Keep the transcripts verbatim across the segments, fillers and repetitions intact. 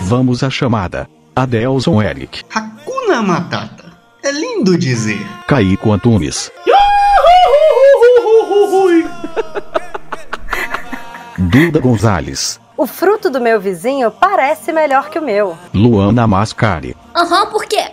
Vamos à chamada. Adelson Eric. Hakuna Matata. É lindo dizer. Caico Antunes. Duda Gonzalez. O fruto do meu vizinho parece melhor que o meu. Luana Mascari. Aham, uhum, por quê?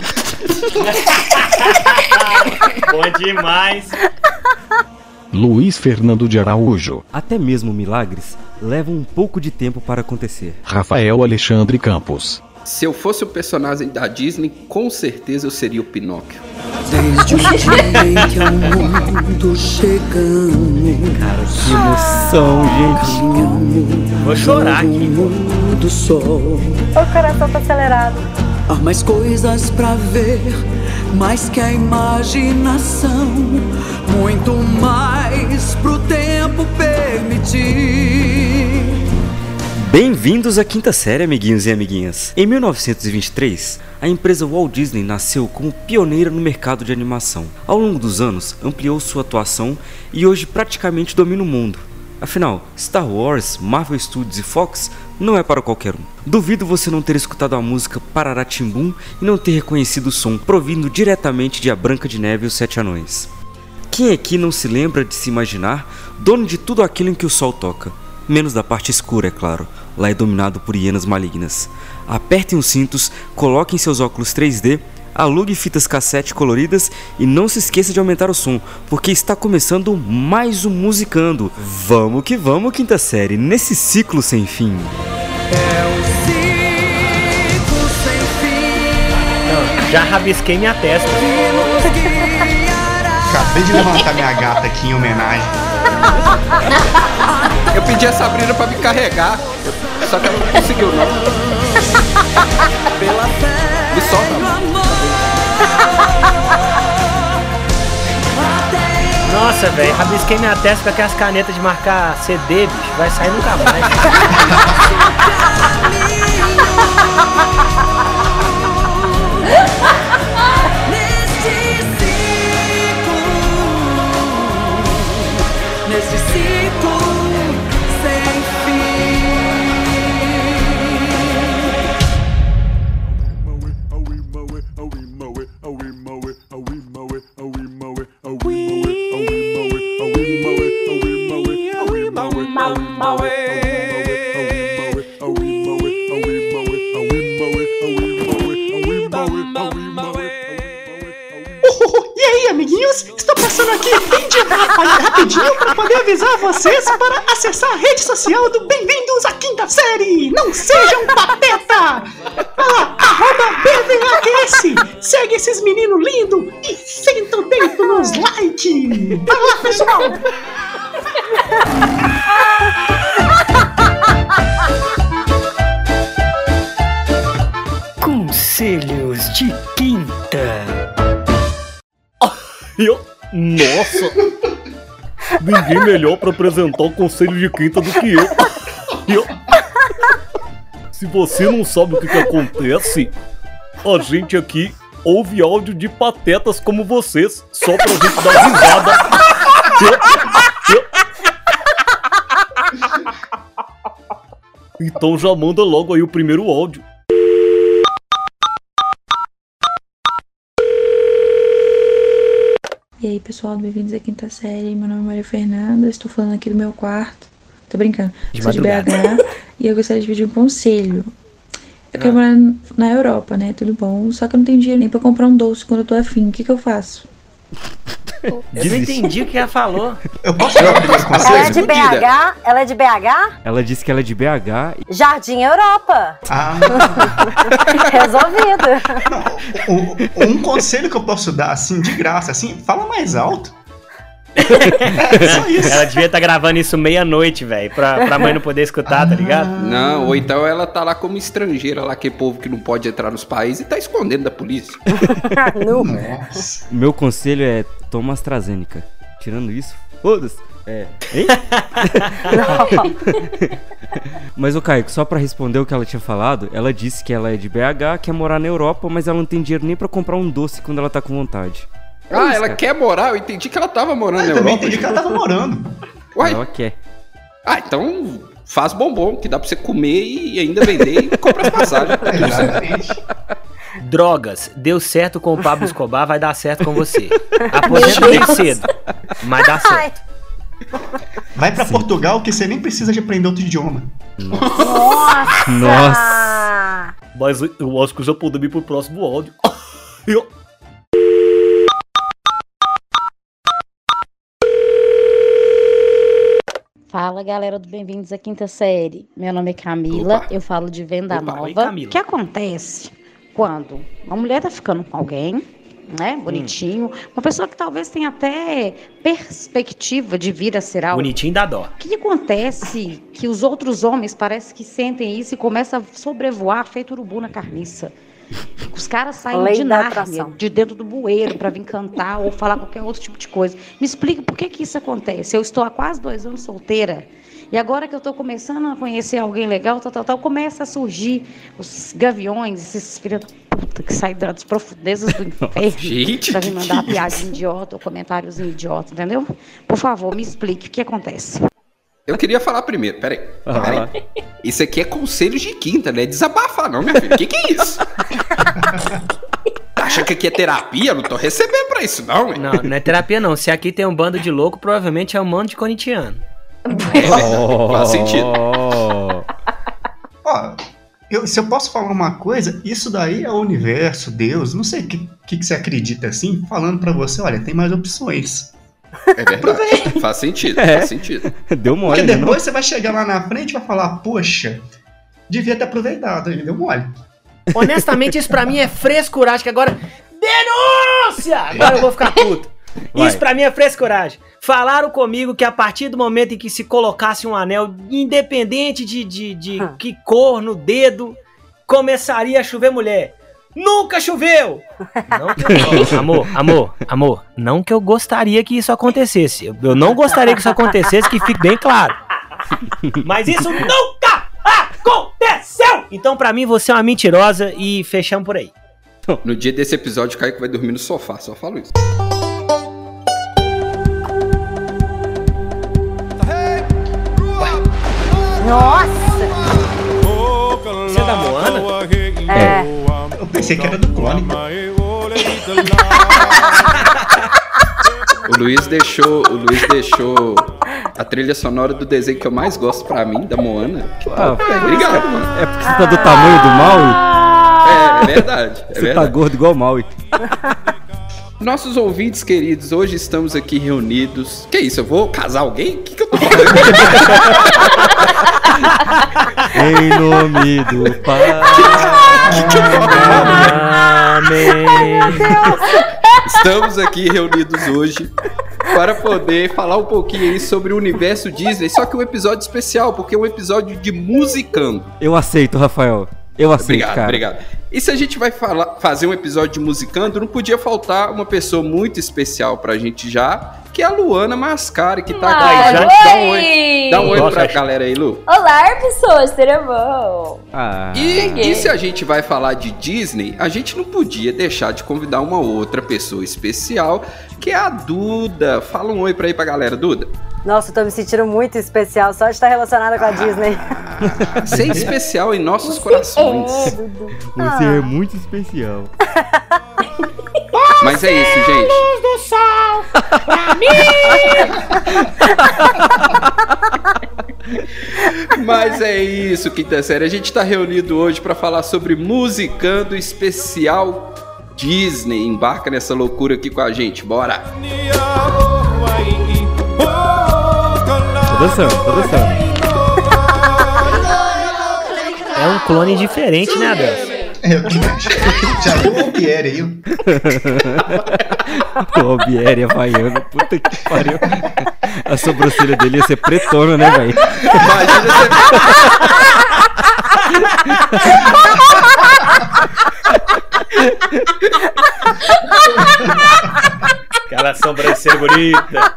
Bom demais. Luiz Fernando de Araújo. Até mesmo milagres levam um pouco de tempo para acontecer. Rafael Alexandre Campos. Se eu fosse o personagem da Disney, com certeza eu seria o Pinóquio. Desde o dia em que ao mundo chegamos. Cara, que emoção, gente. Vou chorar aqui. Do sol. O coração tá acelerado. Há mais coisas pra ver, mais que a imaginação. Muito mais pro tempo permitir. Bem-vindos à quinta série, amiguinhos e amiguinhas. Em mil novecentos e vinte e três, a empresa Walt Disney nasceu como pioneira no mercado de animação. Ao longo dos anos, ampliou sua atuação e hoje praticamente domina o mundo. Afinal, Star Wars, Marvel Studios e Fox não é para qualquer um. Duvido você não ter escutado a música Pararatimbum e não ter reconhecido o som provindo diretamente de A Branca de Neve e os Sete Anões. Quem aqui não se lembra de se imaginar dono de tudo aquilo em que o sol toca? Menos da parte escura, é claro. Lá é dominado por hienas malignas. Apertem os cintos, coloquem seus óculos três D, alugue fitas cassete coloridas e não se esqueça de aumentar o som, porque está começando mais um Musicando. Vamos que vamos, quinta série, nesse ciclo sem fim. É o ciclo sem fim. Não, já rabisquei minha testa. Acabei de levantar minha gata aqui em homenagem. Eu pedi a Sabrina pra me carregar, só que ela não conseguiu, não. Pela fé. Me solta, amor. Nossa, velho, rabisquei minha testa com aquelas canetas de marcar C D, bicho. Vai sair nunca mais. Nesse ciclo sem E aí, amiguinhos? Estou passando aqui bem de rapidinho para poder avisar vocês para acessar a rede social do Bem-vindos à Quinta Série. Não sejam pateta! Vai lá, arroba B V A Q S. Segue esses meninos lindos e senta o dedo nos likes. Vai lá, pessoal! Conselhos de Quinta. Eu... Nossa! Ninguém melhor pra apresentar o conselho de quinta do que eu. eu. Se você não sabe o que, que acontece, a gente aqui ouve áudio de patetas como vocês, só pra gente dar risada. Eu, eu. Então já manda logo aí o primeiro áudio. E aí pessoal, bem-vindos à quinta série, meu nome é Maria Fernanda, estou falando aqui do meu quarto, tô brincando, De sou de B H e eu gostaria de pedir um conselho. Eu ah. quero morar na Europa, né, tudo bom, só que eu não tenho dinheiro nem pra comprar um doce quando eu tô afim, o que que eu faço? Eu não entendi o que ela falou. Eu posso dar o primeiro conselho? Ela é de B H? Ela é de B H? Ela disse que ela é de B H. Jardim Europa. Ah. Resolvido. Não, um, um conselho que eu posso dar, assim, de graça, assim, fala mais alto. É só isso. Ela devia estar gravando isso meia-noite, velho, pra, pra mãe não poder escutar, ah. tá ligado? Não, ou então ela tá lá como estrangeira, lá que povo que não pode entrar nos países e tá escondendo da polícia. Nossa. Meu conselho é toma AstraZeneca. Tirando isso, foda-se. É. Hein? Mas o Caio, só pra responder o que ela tinha falado, ela disse que ela é de B H, quer morar na Europa, mas ela não tem dinheiro nem pra comprar um doce quando ela tá com vontade. Ah, isso, ela cara. quer morar? Eu entendi que ela tava morando Eu na também Europa. entendi que ela tava morando. Uai. Ela quer. Ah, então faz bombom, que dá pra você comer e ainda vender e comprar as passagens. Exatamente. Drogas, deu certo com o Pablo Escobar, vai dar certo com você. Aposenta bem cedo, mas dá certo. Vai pra Portugal que você nem precisa de aprender outro idioma. Nossa! Nossa. Mas eu acho que eu já podemos ir pro próximo áudio. Fala, galera do Bem-vindos à Quinta Série. Meu nome é Camila, Opa. eu falo de Venda Opa, Nova. oi, Camila. O que acontece quando uma mulher tá ficando com alguém, né, bonitinho, Hum. uma pessoa que talvez tenha até perspectiva de vir a ser algo. Bonitinho dá dó. O que acontece que os outros homens parece que sentem isso e começam a sobrevoar feito urubu na carniça. Os caras saem Lei de da Nárnia, atração. de dentro do bueiro para vir cantar ou falar qualquer outro tipo de coisa. Me explica por que que isso acontece. Eu estou há quase dois anos solteira e agora que eu estou começando a conhecer alguém legal, tal, tal, tal, começa a surgir os gaviões, esses filhos da puta que saem das profundezas do inferno Gente, para vir que mandar que é piadinha idiota ou comentáriozinho idiota, entendeu? Por favor, me explique o que acontece. Eu queria falar primeiro, peraí. peraí. Isso aqui é conselho de quinta, não é desabafar não, minha filha. O que que é isso? Acha que aqui é terapia? Eu não tô recebendo pra isso não, hein? Não, não é terapia não. Se aqui tem um bando de louco, provavelmente é um bando de corintiano. É, faz sentido. Ó, eu- se eu posso falar uma coisa, isso daí é o universo, Deus, não sei o que, que, que você acredita assim, falando pra você, olha, tem mais opções. É verdade. Faz sentido, É. faz sentido. Deu mole, Porque né? depois você vai chegar lá na frente e vai falar, poxa, devia ter aproveitado, ele deu mole. Honestamente, isso pra mim é frescuragem, que agora... Denúncia! Agora eu vou ficar puto. Vai. Isso pra mim é frescuragem. Falaram comigo que a partir do momento em que se colocasse um anel, independente de, de, de Hum. que cor no dedo, começaria a chover mulher. Nunca choveu! Não que eu... Amor, amor, amor, não que eu gostaria que isso acontecesse. Eu, eu não gostaria que isso acontecesse, que fique bem claro. Mas isso nunca aconteceu! Então pra mim você é uma mentirosa e fechamos por aí. No dia desse episódio, o Kaique vai dormir no sofá, só falo isso. Nossa! Você é da Moana? É. Eu pensei que era do clone. O Luiz deixou, o Luiz deixou a trilha sonora do desenho que eu mais gosto pra mim, da Moana. Que Ah, top, velho. Obrigado, mano. É porque você tá do tamanho do Maui? É, é verdade. É Você verdade. tá gordo igual o Maui. Nossos ouvintes queridos, hoje estamos aqui reunidos. Que isso, eu vou casar alguém? O que, que eu tô fazendo? Em nome do Pai. Amém. Estamos aqui reunidos hoje para poder falar um pouquinho aí sobre o universo Disney, só que um episódio especial, porque é um episódio de musicando. Eu aceito, Rafael. Eu aceito, Obrigado, cara. obrigado. E se a gente vai falar, fazer um episódio de musicando, não podia faltar uma pessoa muito especial pra gente já, que é a Luana Mascari, que tá Ai, aqui. já- Dá um oi! oi, dá um oi Nossa, pra acho- galera aí, Lu. Olá, pessoas, tudo bom? Ah, E, Cheguei. e se a gente vai falar de Disney, a gente não podia deixar de convidar uma outra pessoa especial, que é a Duda. Fala um oi pra aí pra galera, Duda. Nossa, eu tô me sentindo muito especial só de estar relacionada com a Disney. Ah, ser especial em nossos corações. É, Dudu. você é muito especial. Mas é isso, gente. do sol pra mim. Mas é isso, quinta série. A gente tá reunido hoje pra falar sobre Musicando Especial Disney. Embarca nessa loucura aqui com a gente, bora! Tô dançando, tô dançando. É um clone diferente, né, Abel? Eu já viu o Albieri aí? O Albieri Havaiano, puta que pariu. A sobrancelha dele ia ser pretona, né, velho? Imagina Aquela sobrancelha bonita.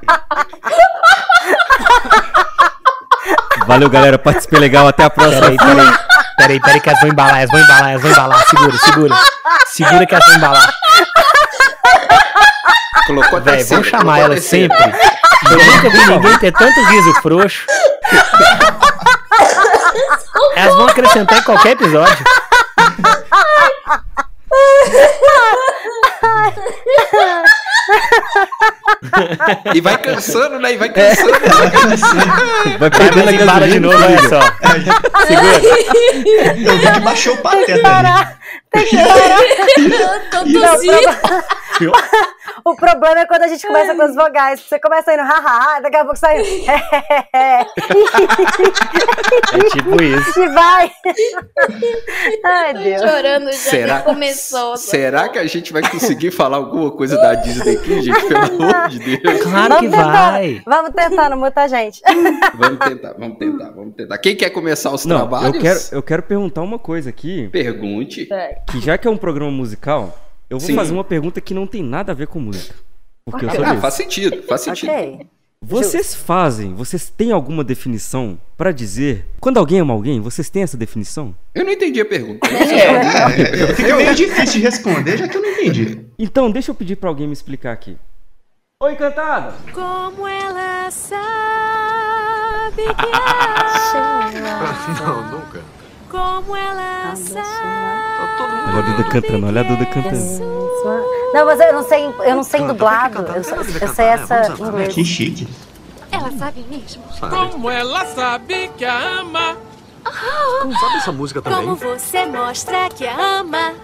Valeu, galera. Participei legal. Até a próxima. Peraí, peraí. Peraí, peraí, que elas vão embalar, elas vão embalar, elas vão embalar. Segura, segura. Segura que elas vão embalar. Colocou a Véi, terceira, vamos chamar colocou a elas terceira. sempre. Eu nunca vi ninguém ter tanto riso frouxo. Elas vão acrescentar em qualquer episódio. E vai cansando, né? E vai cansando. É. Vai cansando. Vai perdendo a gasolina de novo, olha só. Segura. Eu vi que baixou o pateta ali. Tem que parar. Eu tô tossindo. O problema é quando a gente começa com as vogais. Você começa indo hahaha, daqui a pouco sai indo. É tipo isso. E vai. Ai, Deus. Chorando já será, nem começou. Será que a gente vai conseguir falar alguma coisa da Disney aqui, gente? Pelo amor de Deus. Claro que vai. Vamos tentar, não muita gente. Vamos tentar, vamos tentar, vamos tentar. Quem quer começar os Não, trabalhos? Eu quero, eu quero perguntar uma coisa aqui. Pergunte. Que já que é um programa musical, eu vou Sim. fazer uma pergunta que não tem nada a ver com música. Porque Ok. eu sou Ah, desse. faz sentido, faz sentido. Ok. Vocês fazem, vocês têm alguma definição pra dizer quando alguém ama alguém? Vocês têm essa definição? Eu não entendi a pergunta. É, fica meio difícil de responder, já que eu não entendi. Então, deixa eu pedir pra alguém me explicar aqui. Oi, Cantada! Como ela sabe que ama. Não, nunca. Como ela sabe. Olha a Duda cantando, olha a Duda cantando. Não, mas eu não sei, eu não sei dublado. Eu, só- eu sei essa em inglês. Que chique. Ela sabe mesmo. Como ela sabe que a ama. Não sabe essa música também? Como você mostra que a ama.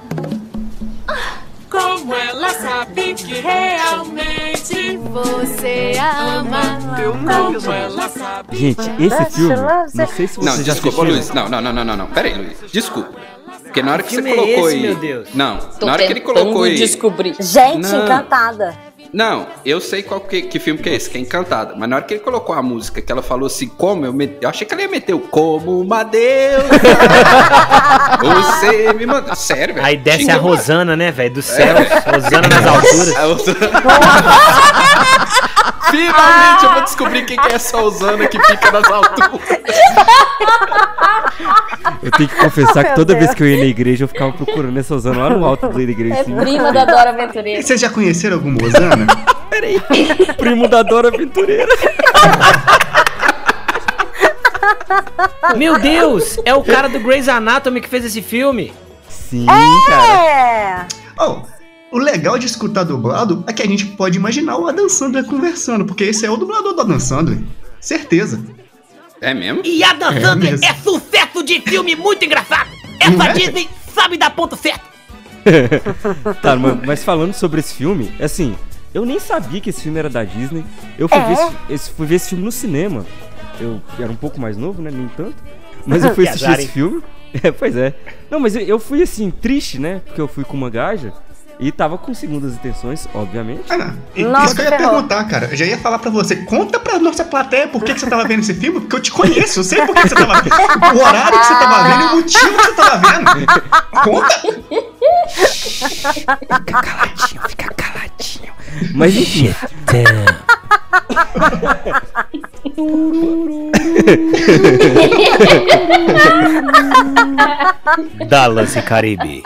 Como ela sabe que realmente você a ama. Eu não Como ela sabe. Gente, esse filme, não sei se Não, vocês já desculpa, assistiram. Luiz. Não, não, não, não, não, não. Pera aí, Luiz. Desculpa. Porque na hora que, Que você filme é colocou esse, aí. meu Deus? Não, Tô na hora que ele tentando colocou aí. descobrir. Gente, Não. encantada. Não, eu sei qual que, que filme que é esse, que é Encantada. Mas na hora que ele colocou a música, que ela falou assim, como, eu, met... eu achei que ela ia meter o como uma deusa. Você me mandou. Sério, velho. Aí desce Xingou, a Rosana, né, velho? Do céu. Rosana nas A alturas. Rosana- Finalmente eu vou descobrir quem que é essa Rosana que fica nas alturas. Eu tenho que confessar que Meu toda Deus. vez que eu ia na igreja, eu ficava procurando essa Osana lá no alto da igreja. É assim. prima da Dora Aventureira. Vocês já conheceram alguma Osana? Peraí, primo da Dora Aventureira. Meu Deus, é o cara do Grey's Anatomy que fez esse filme. Sim, cara. É. Oh, o legal de escutar dublado é que a gente pode imaginar o Adam Sandler conversando, porque esse é o dublador do Adam Sandler. Certeza. É mesmo? E a Dan É Sandler mesmo. é sucesso de filme muito engraçado. Não Essa é? Disney sabe dar ponto certo. Tá, mas, mas falando sobre esse filme, assim, eu nem sabia que esse filme era da Disney. Eu fui, É? ver, esse, esse- fui ver esse filme no cinema. Eu era um pouco mais novo, né? Nem tanto. Mas eu fui Que assistir azar, esse hein? filme. É, pois é. Não, mas eu, eu fui assim, triste, né? Porque eu fui com uma gaja e tava com segundas intenções, obviamente. Ah, não. E- Nossa, Isso que eu ia ferrou. perguntar, cara. Eu já ia falar pra você. Conta pra nossa plateia por que, que você tava vendo esse filme, porque eu te conheço. Eu sei por que que você tava vendo. O horário que você tava vendo e o motivo que você tava vendo. Conta. Fica caladinho, fica caladinho. Mas enfim. Dallas e Caribe.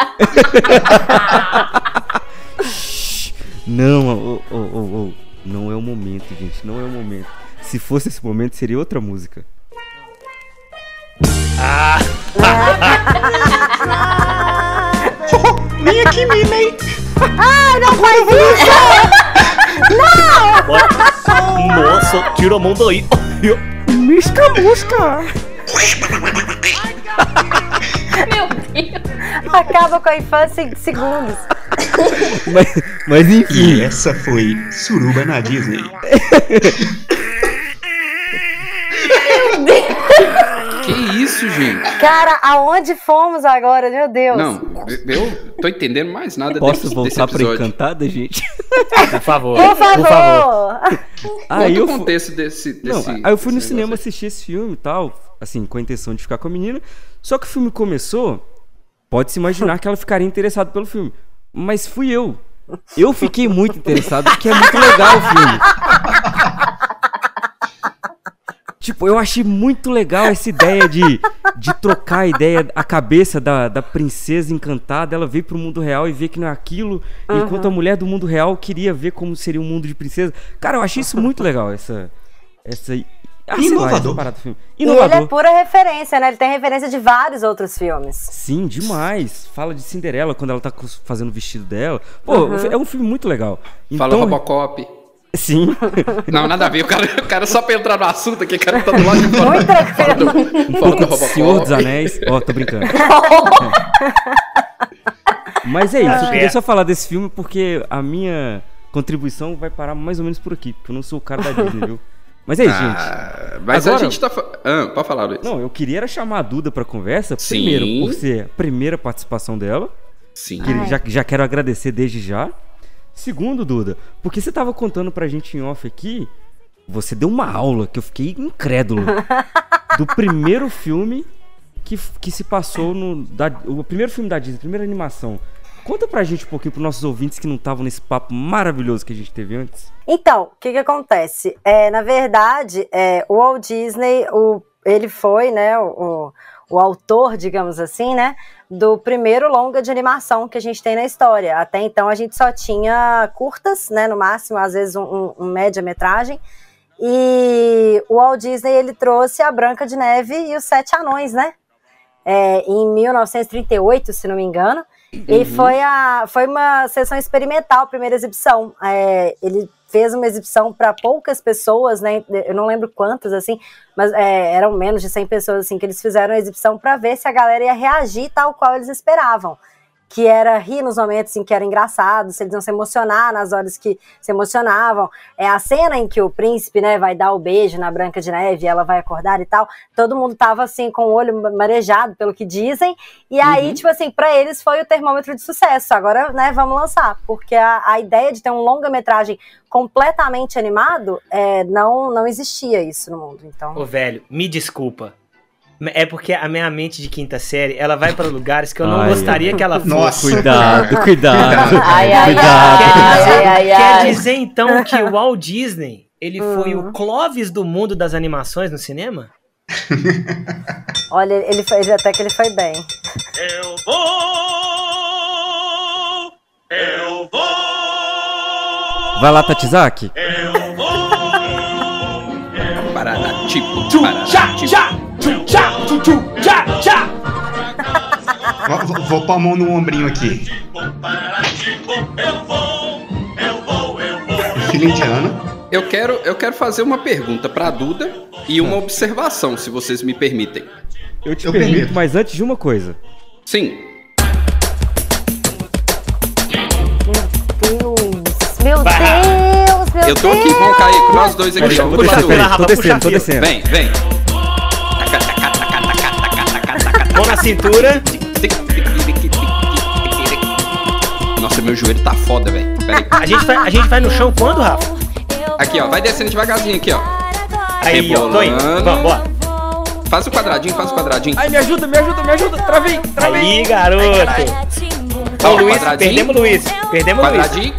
Não, ô, ô, ô, ô, não é o momento, gente. Não é o momento. Se fosse esse momento, seria outra música. Vem aqui, Minnie. Ai, não faz isso! Não! Nossa, tira a mão daí. Misca, busca. Meu Deus. Acaba com a infância em segundos. Mas, mas enfim. E essa foi Suruba na Disney. Que isso, gente? Cara, aonde fomos agora? Meu Deus. Não, eu tô entendendo mais nada Posso desse, voltar desse pra episódio. Encantada, gente? Por favor. Por favor. Por favor. Aí Conta eu o fui- contexto desse, Não, desse... aí eu fui no desse cinema negócio assistir esse filme e tal, assim, com a intenção de ficar com a menina. Só que o filme começou, pode-se imaginar que ela ficaria interessada pelo filme. Mas fui eu. Eu fiquei muito interessado, porque é muito legal o filme. Tipo, eu achei muito legal essa ideia de, de trocar a ideia, a cabeça da, da princesa encantada. Ela veio pro mundo real e vê que não é aquilo, Uhum. enquanto a mulher do mundo real queria ver como seria um mundo de princesa. Cara, eu achei isso muito legal, essa... essa Ah, sei lá, Inovador. essa parada do filme. E ele Inovador. é pura referência, né? Ele tem referência de vários outros filmes. Sim, demais. Fala de Cinderela quando ela tá cos- fazendo o vestido dela. Pô, Uhum. é um filme muito legal. Fala Então- Robocop. Sim. Não, nada a ver. O cara, o cara só pra entrar no assunto aqui, o cara tá do lado de fora. Muito Fala do, Um fala do pouco de Senhor dos Robocop. Anéis. Ó, tô brincando. Mas é isso, eu Ah, queria é. só falar desse filme porque a minha contribuição vai parar mais ou menos por aqui, porque eu não sou o cara da Disney, viu? Mas é isso, gente. Ah, mas Agora- a gente tá... fa- Ah, pode falar, Luiz. Não, eu queria era chamar a Duda pra conversa, Sim. primeiro por ser a primeira participação dela, Sim. que Ai. já, já quero agradecer desde já. Segundo, Duda, porque você tava contando pra gente em off aqui, você deu uma aula que eu fiquei incrédulo do primeiro filme que, que se passou no... Da, o primeiro filme da Disney, a primeira animação. Conta pra gente um pouquinho, pros nossos ouvintes que não estavam nesse papo maravilhoso que a gente teve antes. Então, o que que acontece? É, na verdade, é, o Walt Disney, o, ele foi, né, o, o autor, digamos assim, né, do primeiro longa de animação que a gente tem na história. Até então a gente só tinha curtas, né, no máximo, às vezes um, um, um média-metragem. E o Walt Disney, ele trouxe a Branca de Neve e os Sete Anões, né, é, em mil novecentos e trinta e oito, se não me engano. E foi, a, foi uma sessão experimental, a primeira exibição. É, ele fez uma exibição para poucas pessoas, né? Eu não lembro quantas, assim, mas é, eram menos de cem pessoas, assim, que eles fizeram a exibição para ver se a galera ia reagir tal qual eles esperavam. Que era rir nos momentos em que era engraçado, se eles iam se emocionar nas horas que se emocionavam. É a cena em que o príncipe, né, vai dar o beijo na Branca de Neve e ela vai acordar e tal. Todo mundo tava assim, com o olho marejado pelo que dizem. E aí, Uhum. tipo assim, pra eles foi o termômetro de sucesso. Agora, né, vamos lançar. Porque a, a ideia de ter um longa-metragem completamente animado, é, não, não existia isso no mundo. Então... Ô, velho, me desculpa. É porque a minha mente de quinta série, ela vai para lugares que eu não Ai, gostaria ai. que ela fosse. Nossa. Cuidado, cuidado. Ai, ai, cuidado. ai, ai, ai, Quer ai. dizer, então, que o Walt Disney, ele foi Hum. o Clóvis do mundo das animações no cinema? Olha, ele foi, ele- até que ele foi bem. Eu vou, eu vou, Vai lá, Tatizaki. eu vou. Parada, tipo, Tchum, parada, tchá, tipo. tchá, tchum, tchá, tchum, tchum, tchá, tchá. Vou, vou- vou pôr a mão no ombrinho aqui. Eu vou, eu vou, eu vou. Filho indiano. Eu quero, eu quero fazer uma pergunta pra Duda e uma observação, se vocês me permitem. Eu te Eu pergunto, permito. mas antes de uma coisa. Sim. Deus, meu Vai. Deus, meu Eu tô Deus. aqui, vamos cair com nós dois aqui. Puxa, ó. Vou puxa descer, a fila, peraí, Rafa, tô puxa descendo, a tô fila. descendo. Vem, vem. Mão na cintura. Nossa, meu joelho tá foda, velho. Pera aí. A gente, vai, a gente vai no chão quando, Rafa? Aqui, ó. Vai descendo devagarzinho aqui, ó. Aí, ó, tô indo. Rebolando. Vamos, bora. Faz o quadradinho, faz o quadradinho. Ai, me ajuda, me ajuda, me ajuda. Travei, travei. Aí, garoto. Ó, Ô, Luiz, quadradinho. perdemos o Luiz. Perdemos o Luiz. Quadradinho.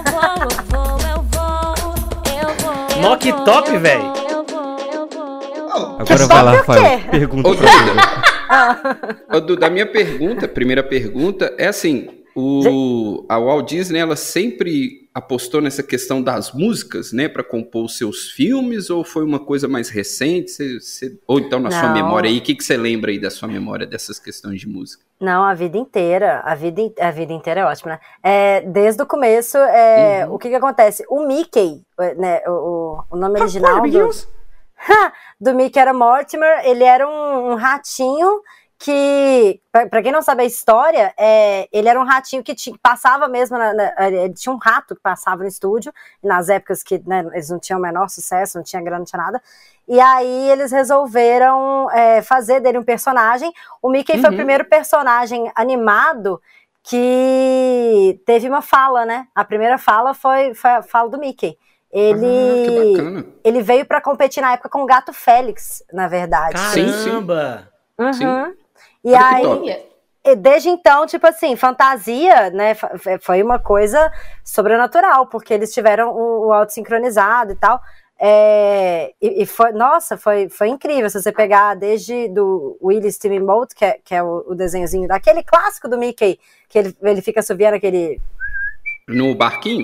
Knock top, velho. Agora Top vai lá, o quê? Rafael. Pergunta Ô, pra Duda. Ô, Duda, a minha pergunta, primeira pergunta, é assim: o, a Walt Disney, ela sempre apostou nessa questão das músicas, né, para compor os seus filmes, ou foi uma coisa mais recente? Cê- cê- ou então na sua Não. memória aí, o que, que você lembra aí da sua memória dessas questões de música? Não, a vida inteira. A vida, in- a vida inteira é ótima, né? É, desde o começo, é, Uhum. o que que acontece? O Mickey, né, o, o- o nome original do, amiguinhos. do Mickey era Mortimer, ele era um, um ratinho que, pra, pra quem não sabe a história, é, ele era um ratinho que ti- passava mesmo, na, na- ele tinha um rato que passava no estúdio, nas épocas que, né, eles não tinham o menor sucesso, não tinha grana, não tinha nada, e aí eles resolveram é, fazer dele um personagem. O Mickey foi o Uhum. primeiro personagem animado que teve uma fala, né? A primeira fala foi, foi a fala do Mickey. Ele, Ah, que bacana. ele veio pra competir na época com o Gato Félix, na verdade. Sim, sim. Caramba. Uhum. Sim. E Olha que aí, top. e desde então, tipo assim, fantasia, né, fa- foi uma coisa sobrenatural, porque eles tiveram o, o auto sincronizado e tal. É, e, e foi, nossa, foi, foi incrível. Se você pegar desde do Willy Steamboat, que é, que é o, o desenhozinho daquele clássico do Mickey, que ele, ele fica subindo aquele. No barquinho?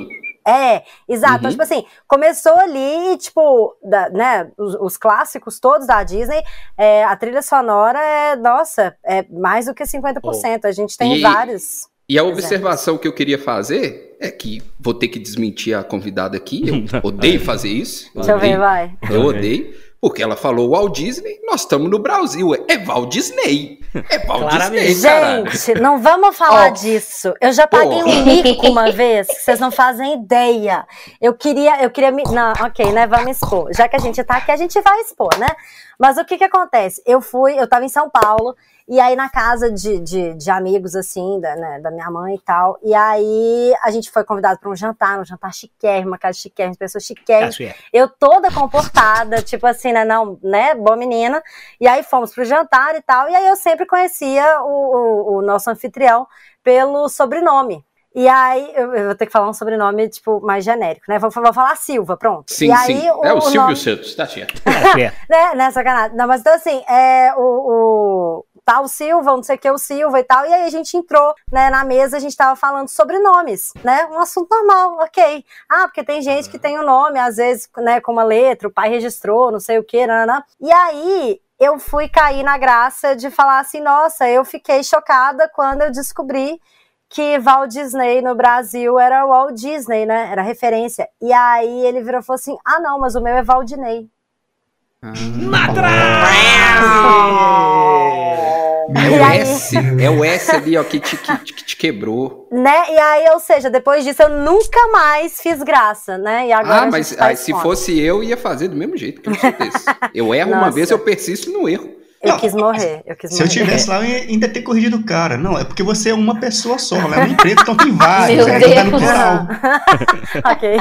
É, exato. Uhum. Então, tipo assim, começou ali, tipo, da, né, os, os clássicos todos da Disney, é, a trilha sonora é, nossa, é mais do que cinquenta por cento. A gente tem E- vários. E a exemplos. observação que eu queria fazer é que vou ter que desmentir a convidada aqui. Eu odeio fazer isso. Deixa eu ver, vai. Eu odeio. Porque ela falou Walt Disney, nós estamos no Brasil. É Walt Disney. É Walt Claramente. Disney, cara. Gente, não vamos falar disso. Eu já paguei Porra. um mico uma vez, que vocês não fazem ideia. Eu queria, eu queria me... Não, ok, né, vamos expor. Já que a gente tá aqui, a gente vai expor, né? Mas o que que acontece? Eu fui, eu tava em São Paulo, e aí na casa de, de, de amigos, assim, da, né, da minha mãe e tal, e aí a gente foi convidado para um jantar, um jantar chiquérrimo, uma casa chiquérrima, pessoas chiquérrimas, eu toda comportada, tipo assim, né, não, né, boa menina, e aí fomos pro jantar e tal, e aí eu sempre conhecia o, o, o nosso anfitrião pelo sobrenome. E aí, eu, eu vou ter que falar um sobrenome, tipo, mais genérico, né? Vou, vou falar Silva, pronto. Sim, e aí, sim. O, é o, o Silvio nome... Santos, tá certo. né, né, sacanagem. Não, mas então assim, é, o, o tal Silva, não sei o que, o Silva e tal, e aí a gente entrou, né, na mesa, a gente tava falando sobre nomes, né, um assunto normal, ok. Ah, porque tem gente que tem o um nome, às vezes, né, com uma letra, o pai registrou, não sei o que, nanana. E aí, eu fui cair na graça de falar assim, nossa, eu fiquei chocada quando eu descobri que Walt Disney no Brasil era Walt Disney, né? Era referência. E aí ele virou e falou assim: ah, não, mas o meu é Valdinei. É o S, é o S ali, ó, que te, que, que te quebrou. Né? E aí, ou seja, depois disso eu nunca mais fiz graça, né? E agora Ah, a mas gente faz aí, se conta. fosse eu, ia fazer do mesmo jeito, que eu sou desse. Eu erro uma Nossa. vez, eu persisto no erro. Eu quis morrer, eu quis Se eu morrer. tivesse lá, eu ia ainda ter corrigido o cara. Não, é porque você é uma pessoa só, ela é uma empresa, então tem vários. Meu Aí tá no Deus. plural. Ok.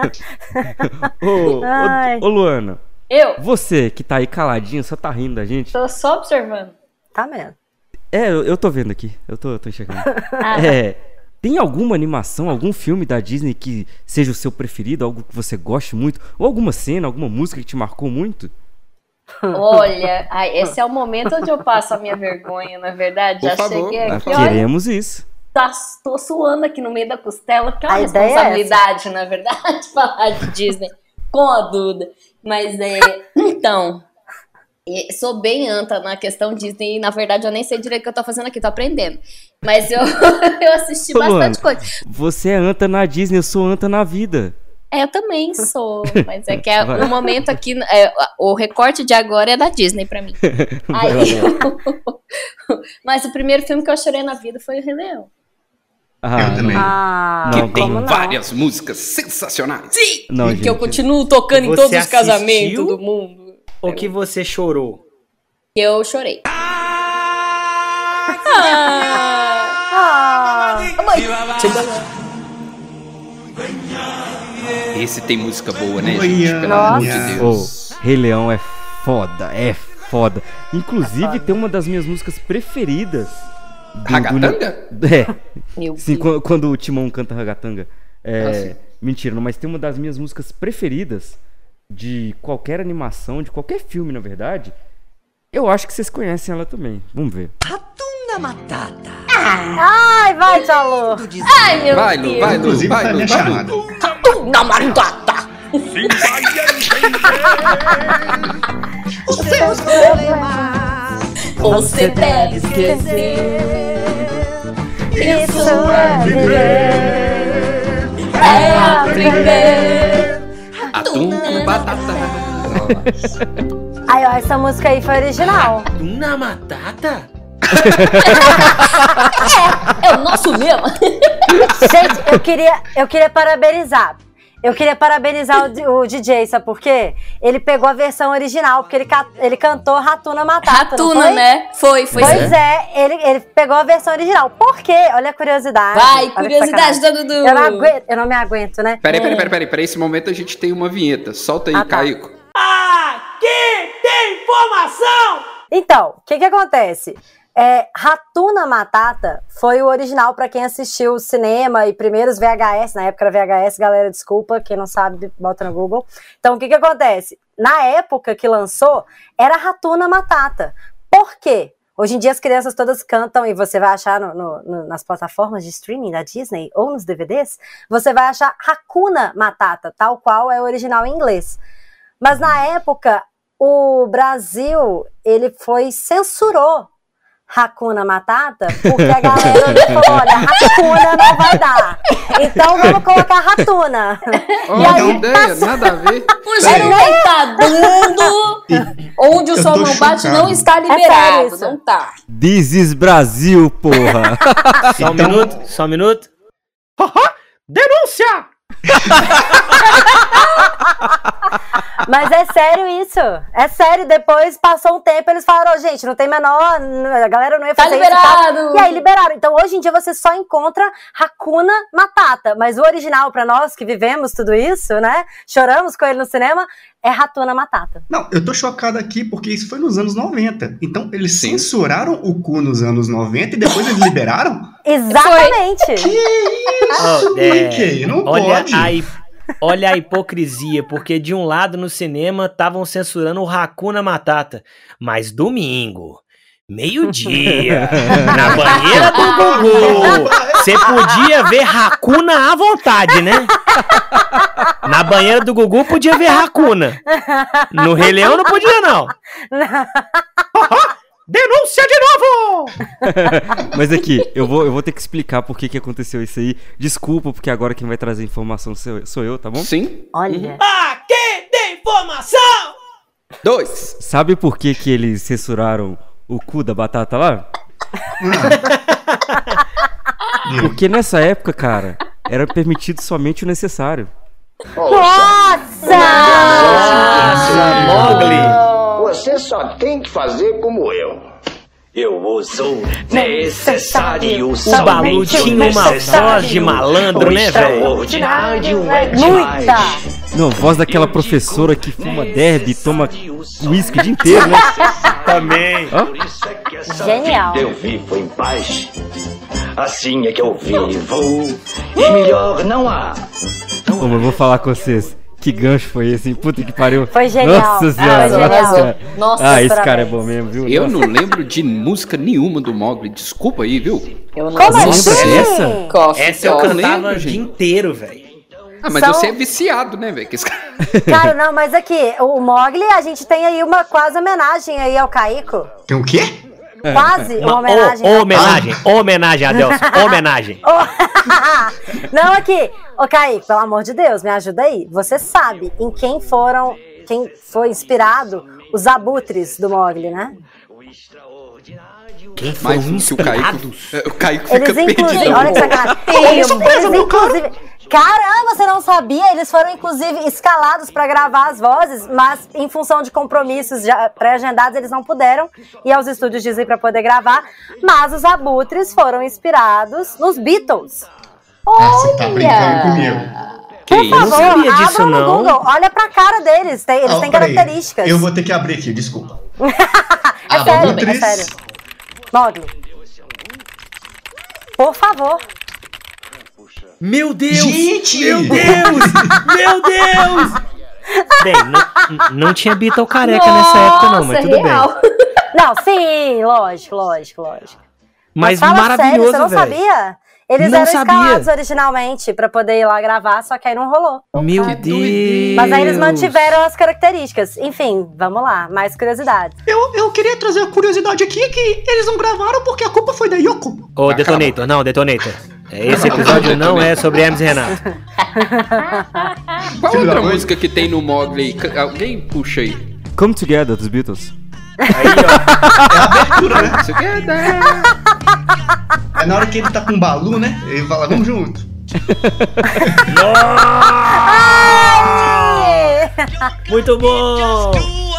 Ô, Ai. ô, ô, Luana. Eu? Você que tá aí caladinho, só tá rindo da gente. Tô só observando. Tá mesmo. É, eu, eu tô vendo aqui. Eu tô, eu tô enxergando. Ah. É, tem alguma animação, algum filme da Disney que seja o seu preferido, algo que você goste muito? Ou alguma cena, alguma música que te marcou muito? Olha, ai, esse é o momento onde eu passo a minha vergonha, na verdade. Por Já favor. cheguei Ah, aqui, olha, queremos isso. tá, tô suando aqui no meio da costela, porque é uma A ideia é responsabilidade, na verdade, falar de Disney com a Duda. Mas é. Então, e- sou bem anta na questão Disney, e na verdade eu nem sei direito o que eu tô fazendo aqui, tô aprendendo. Mas eu, eu assisti Ô, bastante Luana, coisa. você é anta na Disney, eu sou anta na vida. É, eu também sou, mas é que é Vai. um momento aqui, é, o recorte de agora é da Disney pra mim. Vai lá, Aí, vai. mas o primeiro filme que eu chorei na vida foi o Rei Leão. Ah, Eu também. Ah, Que Não, tem como não? várias músicas sensacionais. Sim! Não, que gente. eu continuo tocando em Você todos os casamentos assistiu? do mundo. O que você chorou? Eu chorei. Ah, Mãe, Esse tem música boa, né, Oi, gente? Pelo Nossa. amor de Deus. Ô, Rei Leão é foda, é foda. Inclusive, tem uma das minhas músicas preferidas. do- do- Ragatanga? É. Meu Sim, Deus. quando, quando o Timão canta Ragatanga. É, Ah, sim. mentira, não, mas tem uma das minhas músicas preferidas de qualquer animação, de qualquer filme, na verdade. Eu acho que vocês conhecem ela também. Vamos ver. ai, vai, Tchalu. Ai, meu Vai, Lu, Deus. vai, Lu, Inclusive, vai, tá a Lu, minha vai, Lu. chamada. Na matata. Você deve esquecer. Isso é viver. É aprender. Atum com batata. Aí, ó, essa música aí foi original. Na matata? É o nosso mesmo. Gente, eu queria, eu queria parabenizar. Eu queria parabenizar o, D- o D J, sabe por quê? Ele pegou a versão original, porque ele, ca- ele cantou Ratuna Matata, não Ratuna, foi? né? Foi, foi Pois sim. é, ele, ele pegou a versão original. Por quê? Olha a curiosidade. Vai, olha que curiosidade sacanagem. da Dudu. Eu não, aguento, eu não me aguento, né? Peraí, peraí, peraí, peraí. Pra esse momento a gente tem uma vinheta. Solta aí, Ah, tá. Caico. Aqui tem informação! Então, o que que acontece? É, Ratuna Matata foi o original pra quem assistiu o cinema e primeiros V H S, na época era V H S, galera, desculpa, quem não sabe, bota no Google. Então, o que que acontece? Na época que lançou, era Ratuna Matata. Por quê? Hoje em dia as crianças todas cantam, e você vai achar no, no, no, nas plataformas de streaming da Disney ou nos D V Ds, você vai achar Hakuna Matata, tal qual é o original em inglês. Mas na época, o Brasil, ele foi, censurou Hakuna Matata, porque a galera falou, olha, Hakuna não vai dar. Então vamos colocar Ratuna. Olha, a ideia, nada a ver. O jeito que tá dando, onde o sol não bate, não está liberado. Não tá. This is Brasil, porra. Só um minuto, só um minuto. Denúncia! Mas é sério isso, é sério. Depois passou um tempo, eles falaram, oh, gente, não tem menor, a galera não ia fazer tá liberado. Isso, tá? E aí liberaram. Então hoje em dia você só encontra Hakuna Matata, mas o original pra nós que vivemos tudo isso, né, choramos com ele no cinema, é Ratuna Matata. Não, eu tô chocado aqui porque isso foi nos anos noventa. Então eles Sim. censuraram o cu nos anos noventa e depois eles liberaram? Exatamente. Que isso, oh, é, Mickey, não olha pode. Aí, olha a hipocrisia, porque de um lado no cinema estavam censurando o Hakuna Matata, mas domingo, meio-dia, na banheira do Gugu, você podia ver Hakuna à vontade, né? Na banheira do Gugu podia ver Hakuna. No Rei Leão não podia, não. Denúncia de novo! Mas aqui, eu vou, eu vou ter que explicar por que, que aconteceu isso aí. Desculpa, porque agora quem vai trazer informação sou, sou eu, tá bom? Sim. Olha. Aqui tem informação! Dois. Sabe por que, que eles censuraram o cu da batata lá? Porque nessa época, cara, era permitido somente o necessário. Nossa! Nossa, Mogli! Você só tem que fazer como eu. Eu uso necessário. O Balu tinha uma voz de malandro, né, velho? Muita! Não, voz daquela professora que fuma derby e toma uísque o dia inteiro, né? Também. Hã? Genial. Eu vivo em paz. Assim é que eu vivo. E melhor não há. Ô, mas eu vou falar com vocês. Que gancho foi esse, hein? Puta que pariu. Foi genial. Nossa senhora. Ah, foi genial. Nossa. Nossa, ah, esse parabéns. cara é bom mesmo, viu? Eu Nossa. não lembro de música nenhuma do Mogli. Desculpa aí, viu? Eu não Como Lembra assim? dessa? Coffee, Essa eu coffee. cantava lembro, o dia gente. inteiro, velho. Ah, mas São- você é viciado, né, velho? Que esse cara- Cara, não, mas aqui, o Mogli, a gente tem aí uma quase homenagem aí ao Caico. Tem o quê? Quase uma Uma homenagem. o- homenagem, homenagem, Adelson, homenagem. Não, aqui. Ô, Kaique, pelo amor de Deus, me ajuda aí. Você sabe em quem foram, quem foi inspirado os abutres do Mogli, né? Quem foi Mais o um que o Caico, inspirado? o Caico fica Eles inclusive, perdido. olha que sacanagem. Eles, eles inclusive, caramba, você não sabia? Eles foram inclusive escalados pra gravar as vozes, mas em função de compromissos já pré-agendados, eles não puderam ir aos estúdios Disney pra poder gravar. Mas os abutres foram inspirados nos Beatles. Ah, você tá brincando comigo. Que Por isso? favor, sabia disso, abram no não. Google, olha pra cara deles, tem- eles Ah, têm peraí. características. Eu vou ter que abrir aqui, desculpa. É sério, é Abutres. sério. Mogli. Por favor. Meu Deus! Gente! Meu Deus! Meu Deus! Bem, não, não tinha Beatle careca nessa época não, mas Nossa, tudo real. bem. Não, sim, lógico, lógico, lógico. Mas, fala maravilhoso, sério, você não velho. sabia? Eles Não eram sabia. escalados originalmente pra poder ir lá gravar, só que aí não rolou. Meu Deus! Mas aí eles mantiveram as características. Enfim, vamos lá, mais curiosidades. Eu, eu queria trazer a curiosidade aqui que eles não gravaram porque a culpa foi da Yoko. Ô, Detonator, não, Detonator. Esse episódio não é sobre Hermes e Renato. Qual Filho da outra mãe. música que tem no Mogli? C- Alguém puxa aí. Come Together, dos Beatles. É a abertura, né? Together. É na hora que ele tá com o Balu, né? Ele fala, vamos junto. Muito bom!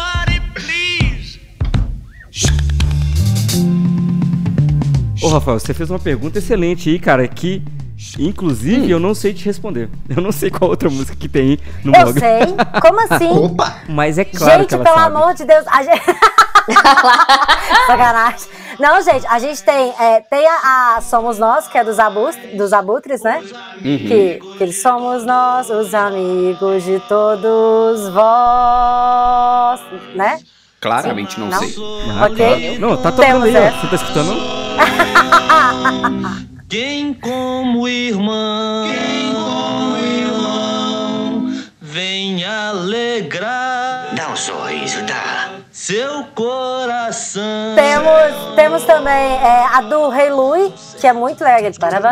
Ô, Rafael, você fez uma pergunta excelente aí, cara, que inclusive eu não sei te responder. Eu não sei qual outra música que tem no Eu Mogli. sei. Como assim? Opa! Mas é claro Gente, que ela pelo sabe. amor de Deus. A gente... Sacanagem. Não, gente, a gente tem, é, tem a, a Somos Nós, que é dos, abus, dos abutres, né? Que, que eles somos nós, os amigos de todos vós, né? Claramente não, Não? sei. Ah, Ok. Não, tá tocando aí, ó. essa. Você tá escutando? Quem como irmão, quem como irmão, vem alegrar. Dá um sorriso, dá. Seu coração. Temos, temos também é, a do Rei Louis, que é muito legal.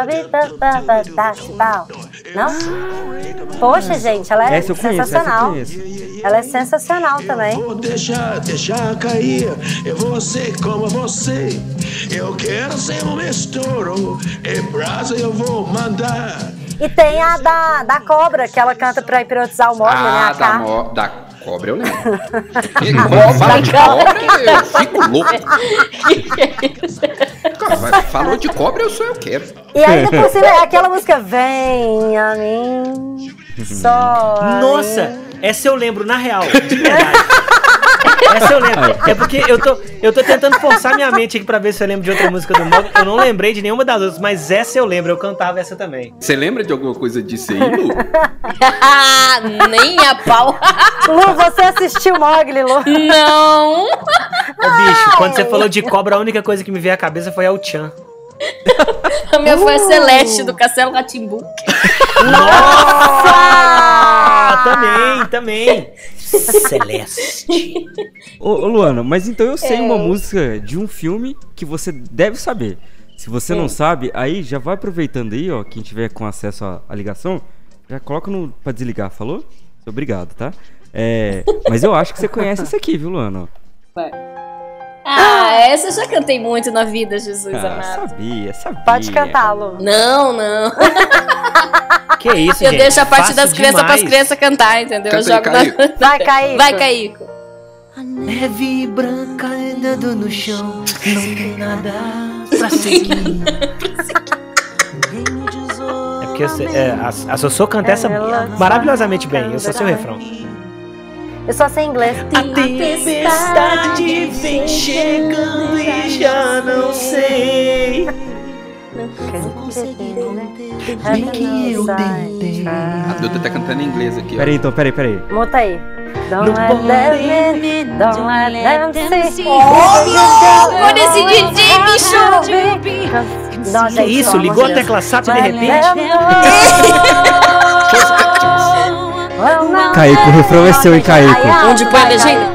Não? Poxa, gente, ela é Essa eu conheço, sensacional. essa eu conheço. Ela é sensacional também. Vou deixar, deixar cair. Eu vou ser como você. Eu quero ser um estouro. Em brasa eu vou mandar. E tem a da, da cobra, que ela canta pra hipnotizar o Mogli, né? Ah, A da, K. mo- da cobra eu lembro. Quando fala de cobra, eu fico louco. Cara, vai- falou de cobra, eu sou eu quero. E ainda por cima é aquela música Vem a mim, só a Nossa, mim. essa eu lembro, na real, de verdade. Essa eu lembro. É porque eu tô, eu tô tentando forçar minha mente aqui pra ver se eu lembro de outra música do Mogli. Eu não lembrei de nenhuma das outras, mas essa eu lembro, eu cantava essa também. Você lembra de alguma coisa disso aí, Lu? Nem a pau. Lu, você assistiu Mogli, Lu? Não. Ô, bicho, quando você falou de cobra, a única coisa que me veio à cabeça foi a Tchan. A minha foi a Uh. Celeste do Castelo Rá-Tim-Bum. Nossa! Também, também. Celeste. Ô, ô, Luana, mas então eu sei É. uma música de um filme que você deve saber. Se você não Hum. sabe, aí já vai aproveitando aí, ó, quem tiver com acesso à, à ligação, já coloca no pra desligar, falou? Obrigado, tá? É, mas eu acho que você conhece essa aqui, viu, Luana? Vai. Ah, essa eu já cantei muito na vida, Jesus Ah, amado. sabia, sabia. Pode cantar, Lu. Não, não. Que isso, Eu gente? deixo a parte Fácil das crianças demais. pras crianças cantar, entendeu? Eu Canta aí, jogo Caíco. na... Vai, Caíco. Vai, Caíco. Neve branca andando no chão, não tem nada pra seguir. É porque eu sei, é, a, a Sossô canta essa maravilhosamente bem, eu só sei o refrão. Eu só sei inglês. A tempestade vem chegando e já não sei. Bem que eu tentei. A Duda tá cantando em inglês aqui, ó. Peraí, então, peraí, peraí. Muta aí. Don't let them in, don't let them see. Olha esse D J, bicho! Não, Que gente, isso, pelo ligou amor a de tecla Deus. SAP de repente? Caico, o refrão é seu, hein, Caico? Onde põe a legenda?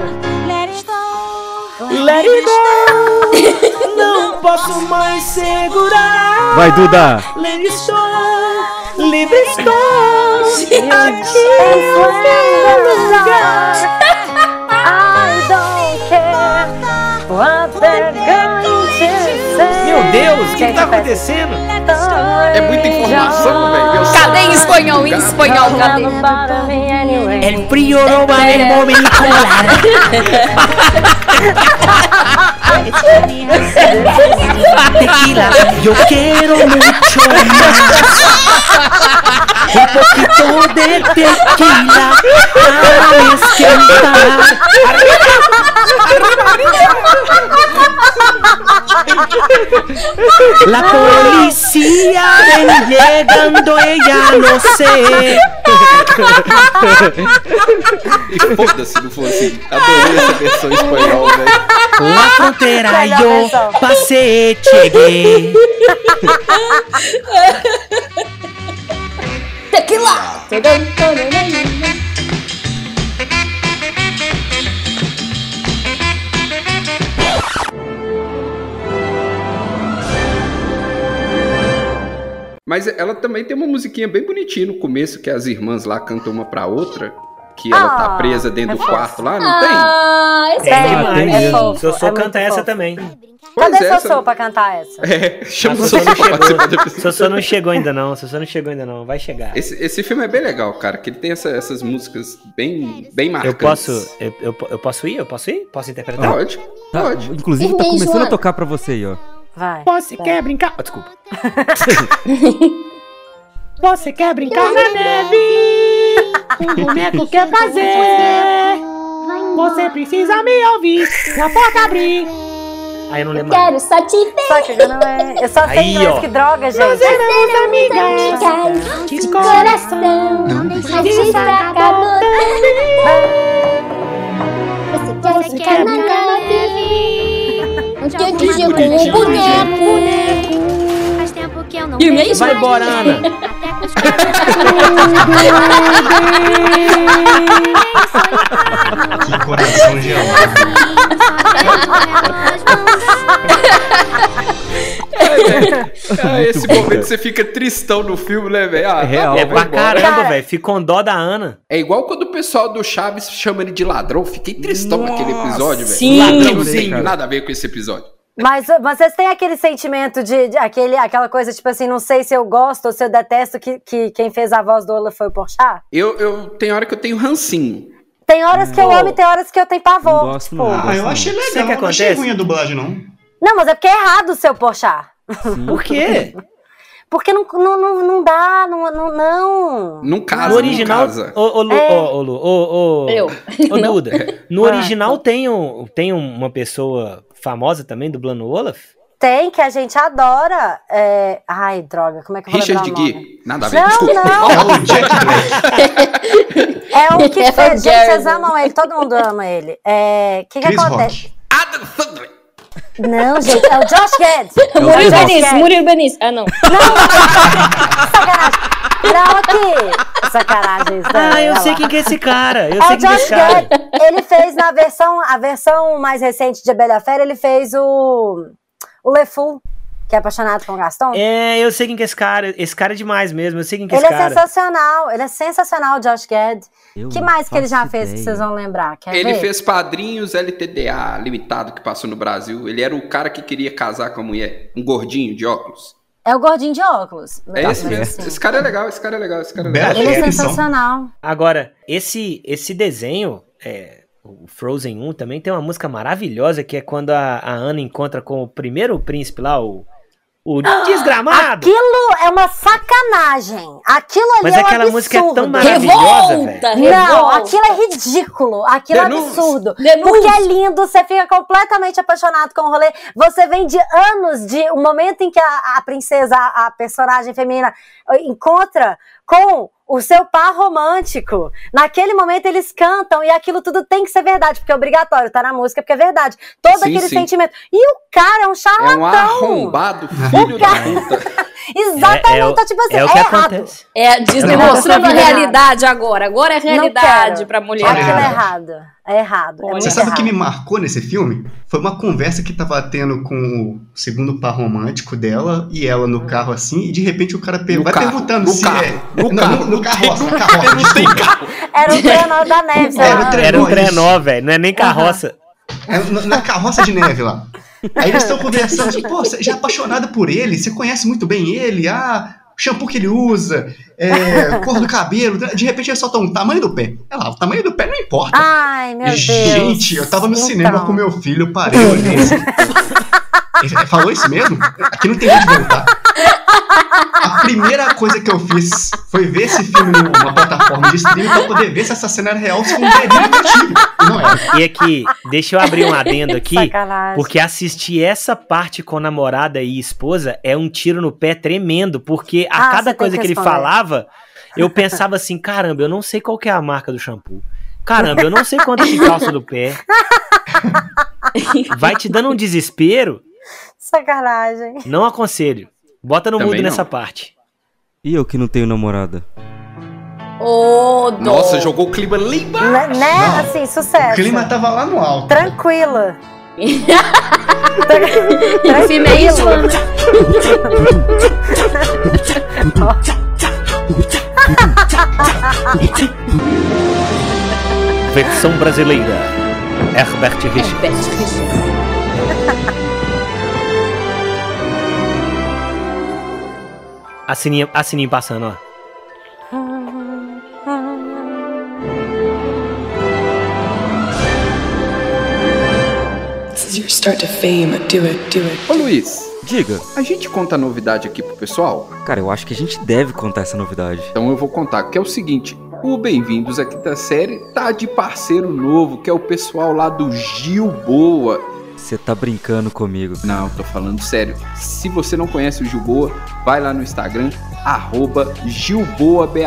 Let it go. Não posso mais segurar. Vai, Duda. Let it go. Livre estou. Aqui I don't care what they're going to say. Meu Deus, o que, que tá acontecendo? É muita informação, velho. Eu sei. Cadê em espanhol? Em espanhol, cadê? El frío no va del móvil colar. Tequila, yo quiero mucho más. Un poquito de tequila para esquentar. La policía ven llegando, ella no sé. E foda-se, não fosse assim. Adorei essa versão em espanhol, velho. La frontera yo pasé, chegué. Tequila! Mas ela também tem uma musiquinha bem bonitinha no começo, que as irmãs lá cantam uma pra outra. Que ela tá Ah, presa dentro é do fofo. quarto lá, não Ah, esse Tem Tem, demais. é fofo, Sossô é muito canta essa fofo. também. tem? Cadê Pois é, Sossô pra cantar essa? É, chama A o Sossô Sossô não pra participar do chegou. episódio. Sossô não chegou ainda não. Sossô não chegou ainda não. Vai chegar. Esse, esse filme é bem legal, cara, que ele tem essa- essas músicas bem, bem Eu marcantes. posso, eu, eu, eu posso ir? Eu posso ir? Posso interpretar? Pode, Tá, pode. inclusive tá Ei, começando Joana. a tocar pra você aí, ó. Vai. Você quer brincar? Oh, desculpa. Você quer brincar na neve? O boneco quer fazer. Você precisa me ouvir. Na porta abrir. Aí eu não lembro. Quero só te ver. Só que eu não é. Eu só sei Aí, inglês, ó. que droga, gente. Nós éramos amigas de coração. Não deixa de estragar. Você quer você quer na neve? Um dia de dia com um boneco. Faz tempo que eu não E vejo vai mais embora, ninguém. Ana. Até com os pés Que coração gelado. Ah, esse momento você fica tristão no filme, né, velho? Ah, real, tá É bom, pra vai embora. caramba, velho. Fica com dó da Ana. É igual quando o pessoal do Chaves chama ele de ladrão. Fiquei tristão naquele episódio, velho. Sim. Ladrão não tem Sim. nada a ver com esse episódio. Mas vocês têm aquele sentimento de, de aquele, aquela coisa, tipo assim, não sei se eu gosto ou se eu detesto que, que quem fez a voz do Olaf foi o Porchat? Eu, eu tem hora que eu tenho rancinho. Tem horas que eu amo e tem horas que eu tenho pavor. Não gosto, tipo. não. Ah, eu achei Sabe o legal. que Eu não achei acontece? ruim a dublagem, não. Não, mas é porque é errado o seu Porchat. Por quê? Porque não, não, não, não dá, não, não, não. Não casa, No original, não casa. ô, ô, Lu, É. ô, ô, Lu, ô, ô, Eu. ô, Não. Duda, no Ah. original tem, um, tem uma pessoa famosa também dublando o Olaf? Tem, que a gente adora. É... Ai, droga, como é que eu vou Richard lembrar o nome? Gere. Nada a ver, Não, desculpa. não. É o Jack Black. É o que É o fez. Gente, Gary. vocês amam ele, todo mundo ama ele. É... O que, que Chris acontece? Rock. Adam Sandler. Não, gente, é o Josh Gad. Murilo Josh Benício, Gad. Murilo Benício. Ah, não. Sacanagem. Não, aqui. Sacanagem. isso Ah, daí, eu olha sei lá. quem que é esse cara. Eu É sei o quem que é Josh esse cara. Gad. Ele fez na versão, a versão mais recente de A Bela Fera, ele fez o, o Le Fou, que é apaixonado com o Gaston. É, eu sei quem que é esse cara. Esse cara é demais mesmo. Eu sei quem que é Ele esse é cara. sensacional, ele é sensacional, o Josh Gad. Eu que não mais que ele já faço fez que ideia. vocês vão lembrar? Quer Ele ver? fez Padrinhos L T D A limitado que passou no Brasil. Ele era o cara que queria casar com a mulher. Um gordinho de óculos. É o gordinho de óculos. É esse Mas mesmo. assim, Esse cara é legal, esse cara é legal, esse cara é Bela legal. ele é Descrição. sensacional. Agora, esse, esse desenho, é, o Frozen um, também tem uma música maravilhosa, que é quando a, a Anna encontra com o primeiro príncipe lá, o, o desgramado. Aquilo é uma sacanagem. Aquilo ali Mas é um aquela absurdo. música é tão maravilhosa, Revolta, velho. Não, revolta. aquilo é ridículo. Aquilo é Denúncia. absurdo. Denúncia. Porque é lindo, você fica completamente apaixonado com o rolê. Você vem de anos de o momento em que a, a princesa, a, a personagem feminina, encontra com o seu par romântico. Naquele momento eles cantam e aquilo tudo tem que ser verdade, porque é obrigatório, tá na música, porque é verdade. Todo Sim, aquele sim. sentimento. E o cara é um É charlatão. um arrombado, filho da puta. Exatamente, É- é o- então, tipo assim, é é, o que errado. acontece. É a Disney Não, mostrando a não quero. realidade agora. Agora é Não realidade quero. pra mulher. Aquilo é Olha, errado. É errado. É Olha, muito Você sabe o errado. que me marcou nesse filme? Foi uma conversa que tava tendo com o segundo par romântico dela e ela no carro assim, e de repente o cara per- No vai carro, perguntando no se carro, é. no Não, carro. no, no carroça, na carroça, desculpa. Era o trenó da neve, sei Era lá. o trenó. Era um isso. trenó, velho. Não é nem carroça. É, na, na carroça de neve lá. Aí eles estão conversando, tipo, pô, você já é apaixonado por ele, você conhece muito bem ele, ah, o shampoo que ele usa, é, cor do cabelo, de repente ele solta um tamanho do pé. É lá, o tamanho do pé não importa. Ai, meu Deus. Gente, eu tava no Então. cinema com meu filho, parei, olhei assim. Ele falou isso mesmo? Aqui não tem jeito de voltar. A primeira coisa que eu fiz foi ver esse filme numa plataforma de streaming pra poder ver se essa cena era real, se foi um delírio que eu tive. E não era. E aqui, deixa eu abrir um adendo aqui, Sacanagem. porque assistir essa parte com namorada e esposa é um tiro no pé tremendo, porque a Ah, você cada tem coisa que que ele responder. falava, eu pensava assim, caramba, eu não sei qual que é a marca do shampoo. Caramba, eu não sei quanto que calça do pé. Vai te dando um desespero, Sacanagem. não aconselho. Bota no Também mudo não. nessa parte. E eu que não tenho namorada? Ô, dó. Nossa, jogou o clima lá embaixo. Né, né? Assim, O sucesso. clima tava lá no alto. Tranquila. O filme é isso, Ana. Versão brasileira. Herbert Richards. A sininha, a sininha passando, ó. This is your start to fame. Do it, do it. Ô Luiz, Diga. a gente conta a novidade aqui pro pessoal? Cara, eu acho que a gente deve contar essa novidade. Então eu vou contar, que é o seguinte. O Bem-vindos à Quinta Série tá de parceiro novo, que é o pessoal lá do Gil Boa. Você tá brincando comigo. Não, tô falando sério. Se você não conhece o Gilboa, vai lá no Instagram, arroba GilboaBH.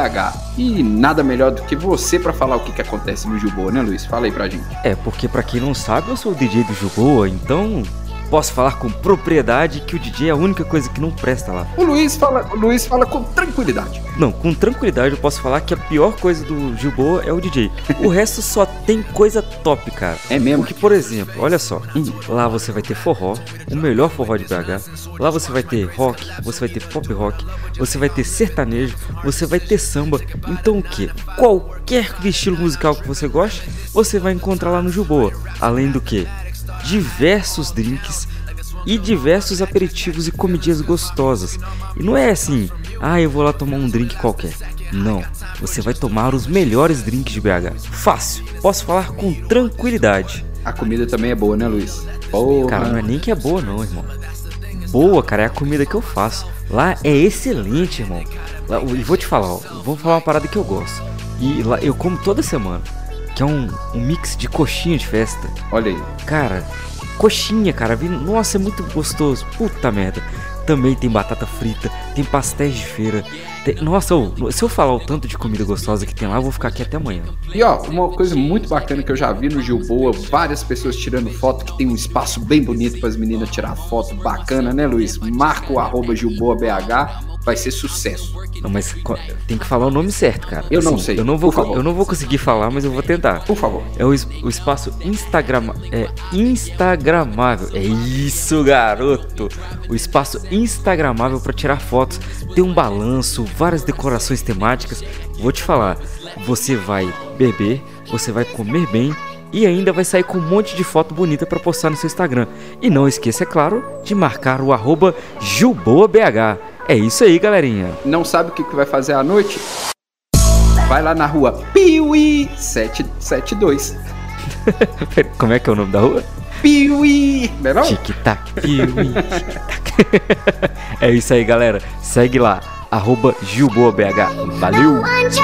E nada melhor do que você pra falar o que, que acontece no Gilboa, né, Luiz? Fala aí pra gente. É, porque pra quem não sabe, eu sou o D J do Gilboa, então posso falar com propriedade que o D J é a única coisa que não presta lá. O Luiz fala, o Luiz fala com tranquilidade. Não, com tranquilidade eu posso falar que a pior coisa do Gilboa é o D J. O resto só tem coisa top, cara. É mesmo? Porque, por exemplo, olha só, lá você vai ter forró, o melhor forró de B H. Lá você vai ter rock, você vai ter pop rock, você vai ter sertanejo, você vai ter samba. Então o que? Qualquer estilo musical que você goste, você vai encontrar lá no Gilboa. Além do que? Diversos drinks e diversos aperitivos e comidinhas gostosas. E não é assim, ah, eu vou lá tomar um drink qualquer. Não, você vai tomar os melhores drinks de B H. Fácil, posso falar com tranquilidade. A comida também é boa, né, Luiz? Porra. Cara, não é nem que é boa não, irmão. Boa, cara, é a comida que eu faço. Lá é excelente, irmão. Lá, e vou te falar, ó, vou falar uma parada que eu gosto. E lá eu como toda semana, que é um, um mix de coxinha de festa. Olha aí. Cara, coxinha, cara. Nossa, é muito gostoso. Puta merda. Também tem batata frita, tem pastéis de feira. Tem... Nossa, oh, se eu falar o tanto de comida gostosa que tem lá, eu vou ficar aqui até amanhã. E ó, uma coisa muito bacana que eu já vi no Gilboa, várias pessoas tirando foto, que tem um espaço bem bonito para as meninas tirar foto bacana, né, Luiz? Marca o arroba GilboaBH, vai ser sucesso. Não, mas tem que falar o nome certo, cara. Eu assim, não sei. Eu não vou, eu não vou conseguir falar, mas eu vou tentar. Por favor. É o, o espaço Instagram, é instagramável. É isso, garoto. O espaço instagramável para tirar fotos. Tem um balanço, várias decorações temáticas. Vou te falar, você vai beber, você vai comer bem e ainda vai sair com um monte de foto bonita para postar no seu Instagram. E não esqueça, é claro, de marcar o arroba GilboaBH. É isso aí, galerinha. Não sabe o que vai fazer à noite? Vai lá na rua Piuí setecentos e setenta e dois. Como é que é o nome da rua? Piuí. Não? Tic-tac, Piuí. É isso aí, galera. Segue lá, arroba GilboaBH. Valeu!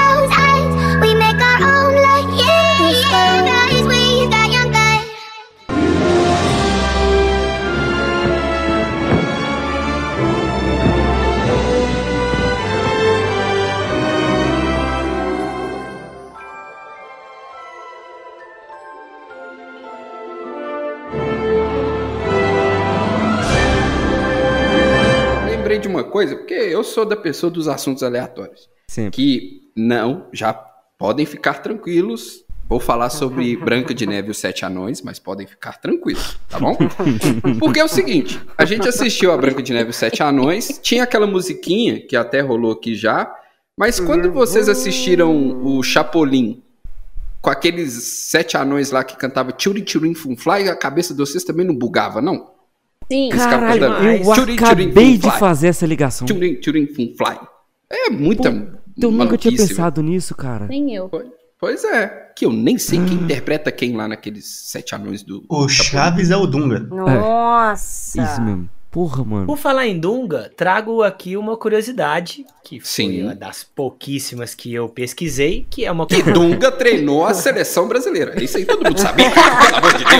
De uma coisa, porque eu sou da pessoa dos assuntos aleatórios. Sim. Que não, já podem ficar tranquilos. Vou falar sobre Branca de Neve e os Sete Anões, mas podem ficar tranquilos, tá bom? Porque é o seguinte, a gente assistiu a Branca de Neve e os Sete Anões, tinha aquela musiquinha que até rolou aqui já, mas quando vocês assistiram o Chapolin com aqueles sete anões lá que cantava Tchurin Tchurin Funfly, a cabeça de vocês também não bugava, não? Sim. Caralho, eu Tchurin, acabei tchurin, de fazer essa ligação. Tchurin Tchurin Funfly. É muita Pô, eu nunca tinha pensado velho. nisso, cara. Nem eu. Pois é, que eu nem sei quem interpreta quem lá naqueles sete anões do... O Chaves é o Dunga. Nossa. É, isso mesmo. Porra, mano. Por falar em Dunga, trago aqui uma curiosidade, que foi Sim. uma das pouquíssimas que eu pesquisei, que é uma... Que Dunga treinou a seleção brasileira. Isso aí todo mundo sabia, pelo amor de Deus.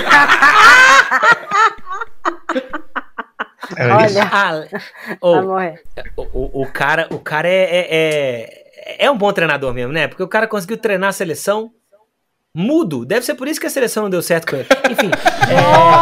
Olha, Ah, vai oh, morrer. o, o, o cara, o cara é, é, é, é um bom treinador mesmo, né? Porque o cara conseguiu treinar a seleção mudo. Deve ser por isso que a seleção não deu certo com ele. Enfim, é,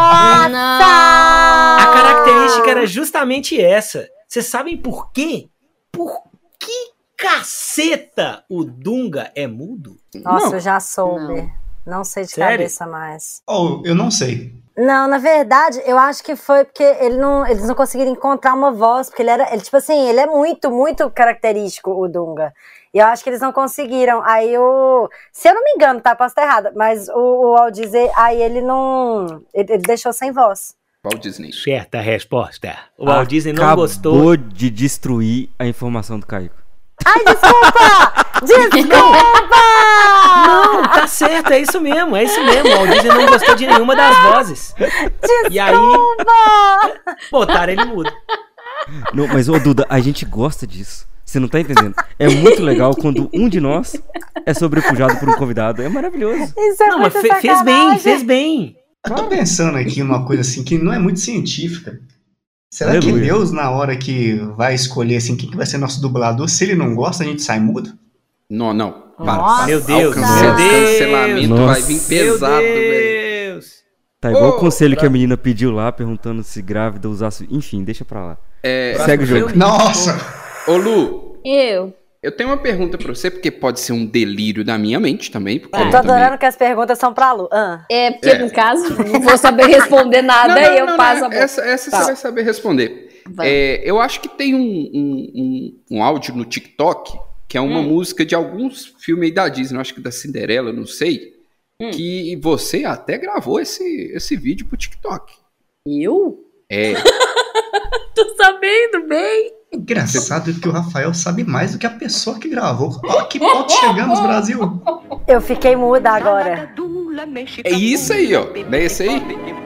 a característica era justamente essa. Vocês sabem por quê? Por que caceta o Dunga é mudo? Nossa, Não. eu já soube. Não, não sei de Sério? cabeça mais. Oh, eu não sei. Não, na verdade, eu acho que foi porque ele não, eles não conseguiram encontrar uma voz, porque ele era, ele, tipo assim, ele é muito, muito característico, o Dunga. E eu acho que eles não conseguiram. Aí o. Se eu não me engano, tá? Posso estar errada, mas o, o Walt Disney, aí ele não. Ele, ele deixou sem voz. Walt Disney. Certa resposta. O Walt Disney não Acabou gostou. de destruir a informação do Caico. Ai, desculpa! Desculpa! Não, tá certo, é isso mesmo, é isso mesmo. O Walt Disney não gostou de nenhuma das vozes. Desculpa! E aí, botaram ele mudo. Não, mas, ô Duda, a gente gosta disso. Você não tá entendendo? É muito legal quando um de nós é sobrepujado por um convidado. É maravilhoso. Isso é Não, mas muita fe- fez bem, sacanagem. fez bem. Eu tô pensando aqui uma coisa assim que não é muito científica. Será Aleluia. que Deus, na hora que vai escolher assim, quem que vai ser nosso dublador, se ele não gosta, a gente sai mudo? Não, não. Para, Nossa. para. Meu Deus, O meu cancel- Deus. cancelamento Nossa. vai vir pesado, Meu velho. Deus. Tá igual Ô, o conselho que pra- a menina pediu lá, perguntando se grávida usasse. Enfim, deixa pra lá. É, Segue o jogo. Nossa! Ô, Lu, Eu. eu tenho uma pergunta pra você, porque pode ser um delírio da minha mente também. Porque Eu eu tô também... adorando que as perguntas são pra Lu. Ah. É, porque É. no caso, não vou saber responder nada Não, não, e eu não, passo não, a boca. Essa, essa Tá. você vai saber responder. Vai. É, eu acho que tem um, um, um, um áudio no TikTok, que é uma Hum. música de alguns filmes aí da Disney, eu acho que da Cinderela, não sei, Hum. que você até gravou esse, esse vídeo pro TikTok. Eu? É, Tô sabendo bem. Engraçado que o Rafael sabe mais do que a pessoa que gravou. Olha que ponto chegamos, Brasil! Eu fiquei muda agora. é isso aí, ó. Não é esse aí?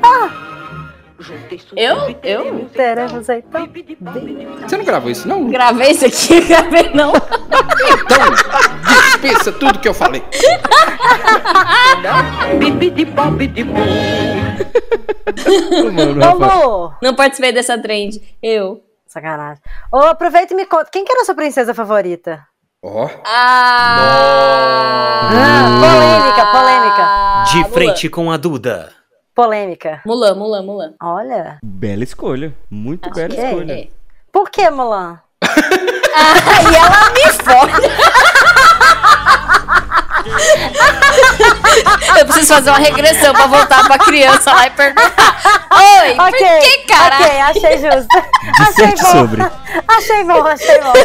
Eu? Eu? Teremos então. Você não gravou isso, não? Gravei isso aqui, gravei não. Então, dispensa tudo que eu falei. Mano, Ô, Rafael. Lu! Não participei dessa trend. Eu. Sacanagem. Ô, aproveita e me conta. Quem que era a sua princesa favorita? Ó. Ah! Ah, polêmica, polêmica. De Mulan. frente com a Duda. Polêmica. Mulan, Mulan, Mulan. Olha. Bela escolha. Muito Acho bela que é, escolha. é. Por que, Mulan? Ah, e ela me fode. Eu preciso fazer uma regressão pra voltar pra criança lá e perguntar. Oi, por Ok, que, cara? Ok, achei justo. Achei Disserte bom. sobre. Achei bom, achei bom.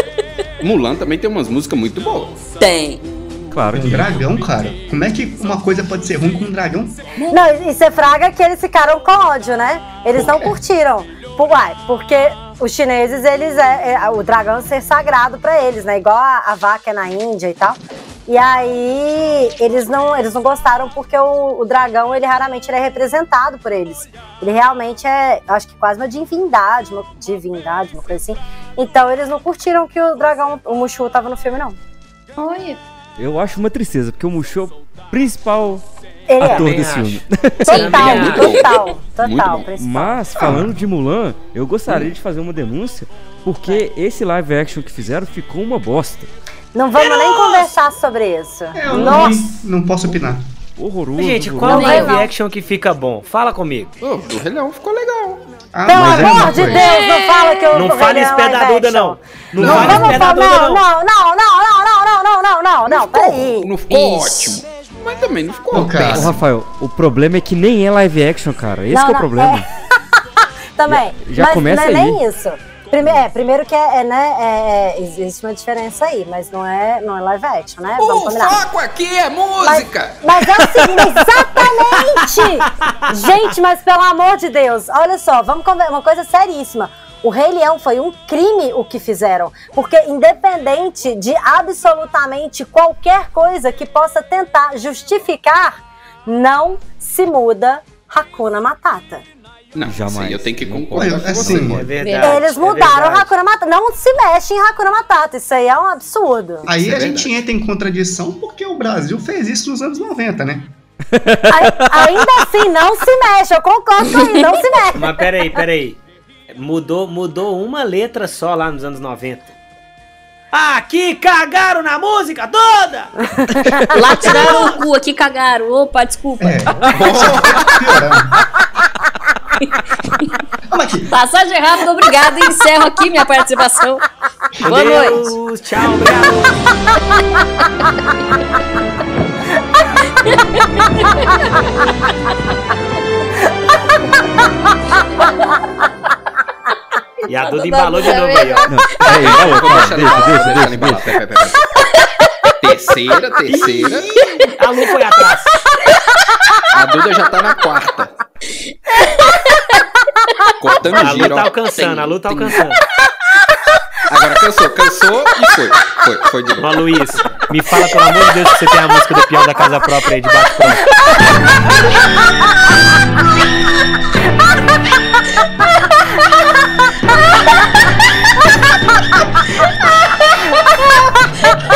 Mulan também tem umas músicas muito boas. Tem. Claro Um que. dragão, cara. Como é que uma coisa pode ser ruim com um dragão? Não, e você fraga que eles ficaram com ódio, né? Eles não curtiram. Por, uai, porque os chineses, eles é, é o dragão ser sagrado pra eles, né? Igual a, a vaca é na Índia e tal. E aí eles não, eles não gostaram porque o, o dragão, ele raramente ele é representado por eles. Ele realmente é, acho que quase uma divindade, uma divindade, uma coisa assim. Então eles não curtiram que o dragão, o Mushu tava no filme, não. Olha. Eu acho uma tristeza, porque o Mushu é o principal Ele ator é. desse filme. Total, muito bom. total, Muito total. bom. principal. Mas, falando de Mulan, eu gostaria de fazer uma denúncia, porque esse live action que fizeram ficou uma bosta. Não vamos nem conversar sobre isso. É, eu não, Nossa! não posso opinar. Horroroso. Gente, horroroso. qual Não vai, live não. action que fica bom? Fala comigo. Ô, o Rei Leão ficou legal. Ah, Pelo mas é amor uma de coisa. Deus, não fala que eu Não vou fale ganhar esse pé da live Duda, action. não. Não Não, fale vamos esse pé da falar, Duda, não, não. não, não, não, não, não, não, não, não, não, não, peraí. Não ficou Isso. ótimo. Mas também não ficou Ô, cara. Ô, péssimo. Rafael, o problema é que nem é live action, cara. Esse Não, que é o não, problema. Também. Já mas começa não é aí. nem isso. Primeiro, é, primeiro que é, é, né, é, é, existe uma diferença aí, mas não é, não é live action, né? Vamos O combinar. foco aqui é música. Mas é o seguinte, exatamente! Gente, mas pelo amor de Deus, olha só, vamos conversar, uma coisa seríssima. O Rei Leão foi um crime o que fizeram, porque independente de absolutamente qualquer coisa que possa tentar justificar, não se muda Hakuna Matata. Não, Jamais. isso aí eu tenho que Não concordar pode. com você. Assim, É verdade. Eles é mudaram verdade. Hakuna Matata, não se mexe em Hakuna Matata, isso aí é um absurdo. Aí Isso é a gente verdade. entra em contradição porque o Brasil fez isso nos anos noventa, né? Ai- Ainda assim, não se mexe, eu concordo com isso, não se mexe. Mas peraí, peraí. Mudou, mudou uma letra só lá nos anos noventa. Aqui cagaram na música toda! Lá tiraram o cu, aqui cagaram. Opa, desculpa. É. Vamos aqui. Passagem rápida, obrigado. E encerro aqui minha participação. Boa noite. Deus, tchau, obrigado. E a Duda embalou de novo aí, ó. Não, peraí, embalou, Vou calma, deixar deixa, ela deixa, embalar, deixa, deixa ela embalar. deixa. Pera, pera, pera. Terceira, terceira. A Lu foi atrás. A Duda já tá na quarta. Cortando A Lu giro, tá ó. alcançando, a Lu tá Tem- alcançando. Agora cansou, cansou e foi. Foi, foi de Ó, novo. Luiz, me fala pelo amor de Deus que você tem a música do peão da casa própria aí de bate pronto.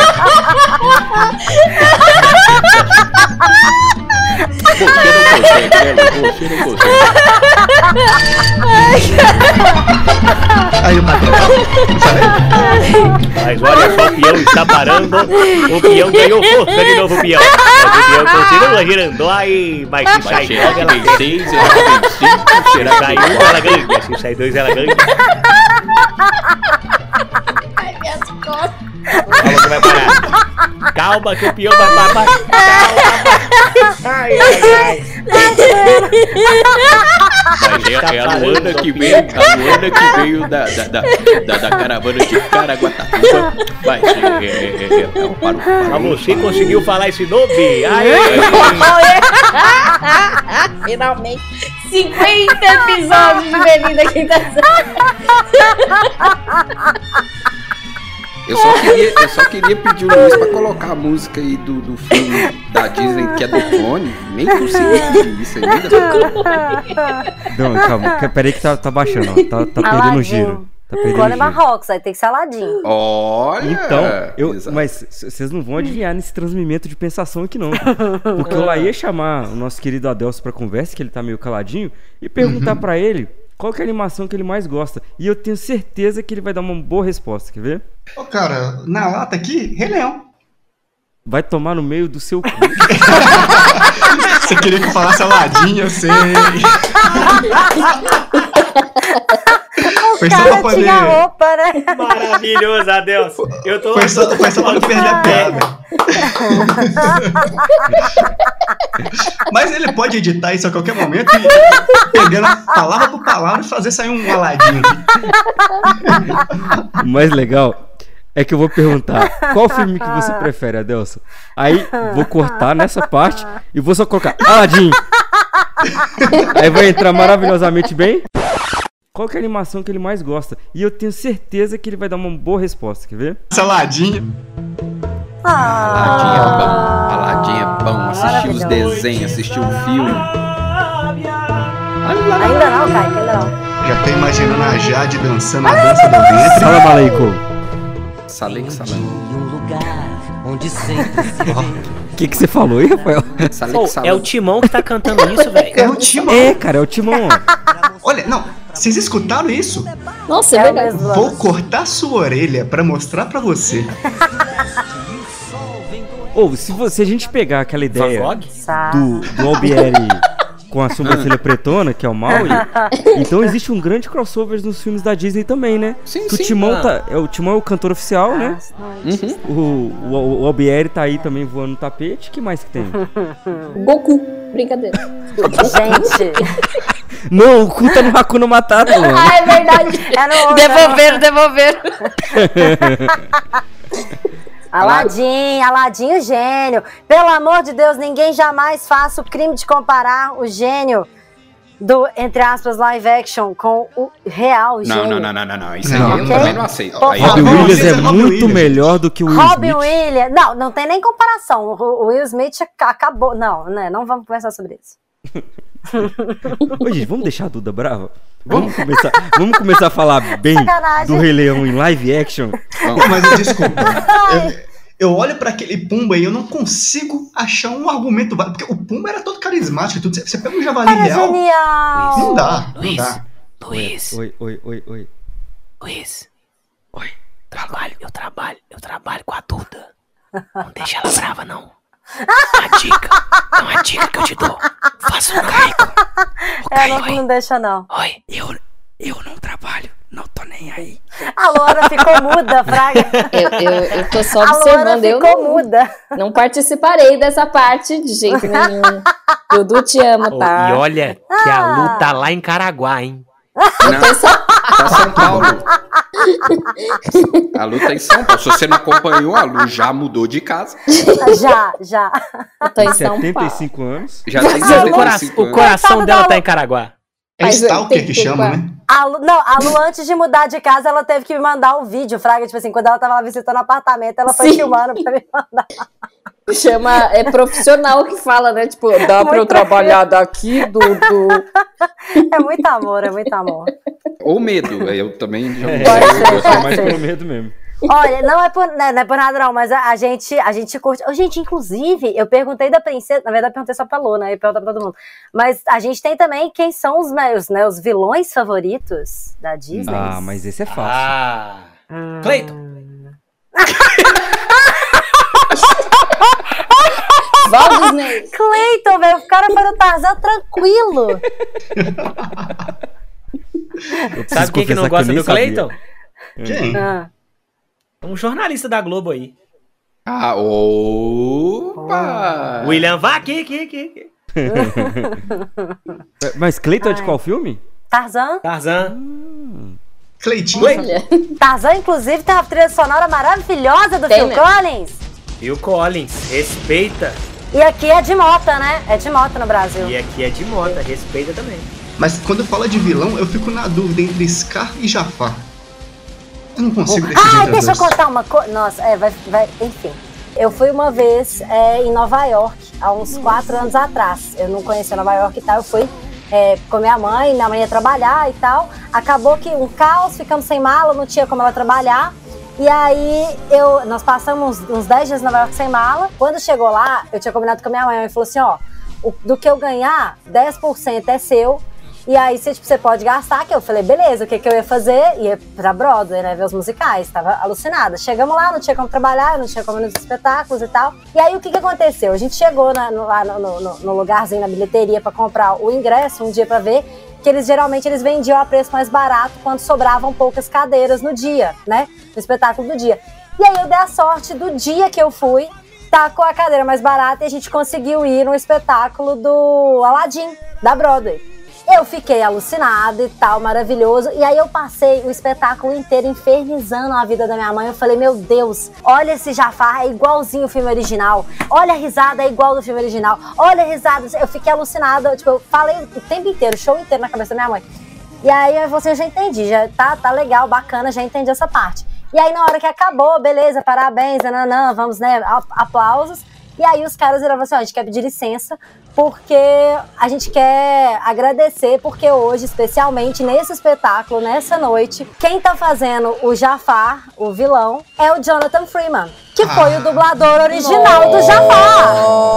Por que não consegue? Você não gostou. Aí o material. Mas olha só, o peão está parando. O peão ganhou força de novo, o peão. Mas o peão continua girando. Aí, mas se sai será dois, que ela tem seis, será que tem cinco, será Se que sai tem um, ela ganha. Se sai dois, ela ganha. Ai, minhas costas. Calma que vai parar. Calma que o peão vai parar. Calma. Ai, ai, ai. Mas é, é a Luana que veio, a Luana que veio da, da, da, da, da caravana de Caraguatatuba. Vai, é, é, é, é, é, para, para, Mas você conseguiu falar esse nome? Ai, Finalmente. cinquenta episódios de Bem-vindo à Quinta Série. Eu só queria, eu só queria pedir o Luiz pra colocar a música aí do, do filme da Disney, que é do Clone. Nem consegui pedir isso ainda. Não, calma, peraí que tá, tá baixando, ó. Tá, tá perdendo o giro. Tá perdendo Clone o giro. Marrocos, aí tem que ser Aladdin. Olha! Então, eu, Exato. mas vocês não vão adivinhar nesse transmimento de pensação aqui não. Porque eu lá ia chamar o nosso querido Adelso pra conversa, que ele tá meio caladinho, e perguntar Uhum. pra ele qual que é a animação que ele mais gosta. E eu tenho certeza que ele vai dar uma boa resposta, quer ver? Ô, cara, na lata aqui, Rei Leão. Vai tomar no meio do seu cu. Você queria que eu falasse Aladdin, eu sei. Foi só pra poder... Tinha roupa, né? maravilhoso, Adelso. Eu tô... Foi só, foi só pra não perder a piada. Mas ele pode editar isso a qualquer momento e pegando palavra por palavra e fazer sair um Aladdin aqui. O mais legal é que eu vou perguntar qual filme que você prefere, Adelso. Aí vou cortar nessa parte e vou só colocar Aladdin. Aí vai entrar maravilhosamente bem. Qual que é a animação que ele mais gosta? E eu tenho certeza que ele vai dar uma boa resposta, quer ver? Saladinha. Aladdin é bom. Aladdin é bom. Assistir os desenhos, assistir o filme. Ainda não, Kaique, ainda não. Já tô imaginando a Jade dançando a dança do ventre. Salam aleikum. Salek salam. Onde sempre se vê. O que que você falou aí, Rafael? Salek Pô, salam. é o Timão que tá cantando isso, velho. É o Timão. É, cara, é o Timão. Ó. Olha, não, vocês escutaram isso? Nossa, é É verdade. mesmo. Vou cortar sua orelha pra mostrar pra você. Ou se, você, se a gente pegar aquela ideia Van Gogh? do, do Albieri com a sobrancelha pretona, que é o Maui, então existe um grande crossover nos filmes da Disney também, né? Sim, que sim. O Timão, Ah. tá, é, o Timão é o cantor oficial, né? Uhum. O, o, o Albieri tá aí também voando no tapete. O que mais que tem? Goku. Brincadeira. Gente, Não, o cu tá no Hakuna Matata, mano. Ah, é verdade. é no outro, Devolveram, devolveram. Aladdin, Aladdin, o gênio. Pelo amor de Deus, ninguém jamais faça o crime de comparar o gênio do, entre aspas, live action com o real Não, gênio. não, não, não, não, não. Isso aí Não, eu ok? também não aceito. Por Aí favor. Robin eu- Williams é Robin muito Williams. melhor do que o Will Robin Smith. Williams. Não, não tem nem comparação. O o Will Smith ac- acabou. Não, né? Não vamos conversar sobre isso. Ô, gente, vamos deixar a Duda brava? Vamos começar, vamos começar a falar bem Sacanagem. do Rei Leão em live action? Pô, mas desculpa. Eu, eu olho pra aquele Pumba e eu não consigo achar um argumento válido. Porque o Pumba era todo carismático e tudo. Você, você pega um javali Era real. genial. Não dá, não Luiz, dá. Luiz, Oi, oi, oi, oi. Luiz. Oi. Trabalho, eu trabalho, eu trabalho com a Duda. Não deixa ela brava, não. Uma dica, é uma dica que eu te dou. Faça um caico. Ô, É, Caio, não, oi. não deixa, não. Oi, eu, eu não trabalho, não tô nem aí. A Luana ficou muda, Fraga. Eu, eu, eu tô só A Luana observando. Eu ficou não, muda. não participarei dessa parte de jeito nenhum. Dudu, te amo, Ô, tá? e olha que a Lu tá lá em Caraguá, hein? Não, tá São Paulo. A Lu tá em São Paulo. Se você não acompanhou, a Lu já mudou de casa. Já, já. Eu tô em São setenta e Paulo. cinco anos. Já tem O, setenta e cora- cinco o anos. coração dela tá em Caraguá. É Mas Stalker tem que que ter chama, qual? né? A Lu, não, a Lu, antes de mudar de casa, ela teve que me mandar o vídeo, Fraga. Tipo assim, quando ela tava lá visitando o apartamento, ela foi Sim. filmando pra me mandar. Chama, é profissional que fala, né? Tipo, dá pra eu Muito trabalhar daqui, Dudu. É muito amor, é muito amor. Ou medo. Eu também já É, Pode ser, eu sou pode mais ser. pelo medo mesmo. Olha, não é por, não é por nada não, mas a, a, gente, a gente curte... Oh, gente, inclusive, eu perguntei da princesa... Na verdade, eu perguntei só pra Luna, eu perguntei pra todo mundo. Mas a gente tem também quem são os, os, né, os vilões favoritos da Disney. Ah, mas esse é fácil. Ah, hum... Cleiton. Walt Disney. Cleiton, velho, o cara foi no Tarzan tranquilo. Sabe quem que não gosta do Cleiton? Quem? Ah. Um jornalista da Globo aí. Ah, opa! William, vá aqui, aqui, aqui. Mas Cleiton é de qual filme? Tarzan. Tarzan. Hum. Cleitinho. Tarzan, inclusive, tem uma trilha sonora maravilhosa do Tem, Phil né? Collins. Phil Collins, respeita. E aqui é de Mota, né? É de Mota no Brasil. E aqui é de Mota, respeita também. Mas quando fala de vilão, eu fico na dúvida entre Scar e Jafar. Eu não consigo decidir. Ah, entre deixa eu os dois. contar uma coisa. Nossa, é, vai, vai, enfim. Eu fui uma vez é, em Nova York, há uns quatro anos atrás. Eu não conhecia Nova York e tal, eu fui é, com minha mãe, minha mãe ia trabalhar e tal. Acabou que um caos, ficamos sem mala, não tinha como ela trabalhar. E aí, eu, nós passamos uns, uns dez dias em Nova York sem mala. Quando chegou lá, eu tinha combinado com a minha mãe, ela falou assim, ó, o, do que eu ganhar, dez por cento é seu. E aí, você, tipo, você pode gastar, que eu falei, beleza, o que, que eu ia fazer? Ia pra Broadway, né, ver os musicais, tava alucinada. Chegamos lá, não tinha como trabalhar, não tinha como ir nos espetáculos e tal. E aí, o que que aconteceu? A gente chegou na, no, lá no, no, no lugarzinho, na bilheteria, pra comprar o ingresso, um dia pra ver, que eles, geralmente, eles vendiam a preço mais barato quando sobravam poucas cadeiras no dia, né, no espetáculo do dia. E aí, eu dei a sorte do dia que eu fui, tá com a cadeira mais barata e a gente conseguiu ir no espetáculo do Aladdin, da Broadway. Eu fiquei alucinada e tal, maravilhoso. E aí eu passei o espetáculo inteiro infernizando a vida da minha mãe. Eu falei, meu Deus, olha esse Jafar, é igualzinho o filme original. Olha a risada, é igual do filme original. Olha a risada. Eu fiquei alucinada, tipo, eu falei o tempo inteiro, o show inteiro na cabeça da minha mãe. E aí você já entendi, já tá, tá legal, bacana, já entendi essa parte. E aí na hora que acabou, beleza, parabéns, nananã, vamos, né, aplausos. E aí os caras viravam assim, ó, a gente quer pedir licença, porque a gente quer agradecer, porque hoje, especialmente nesse espetáculo, nessa noite, quem tá fazendo o Jafar, o vilão, é o Jonathan Freeman, que foi ah, o dublador original no... do Jafar.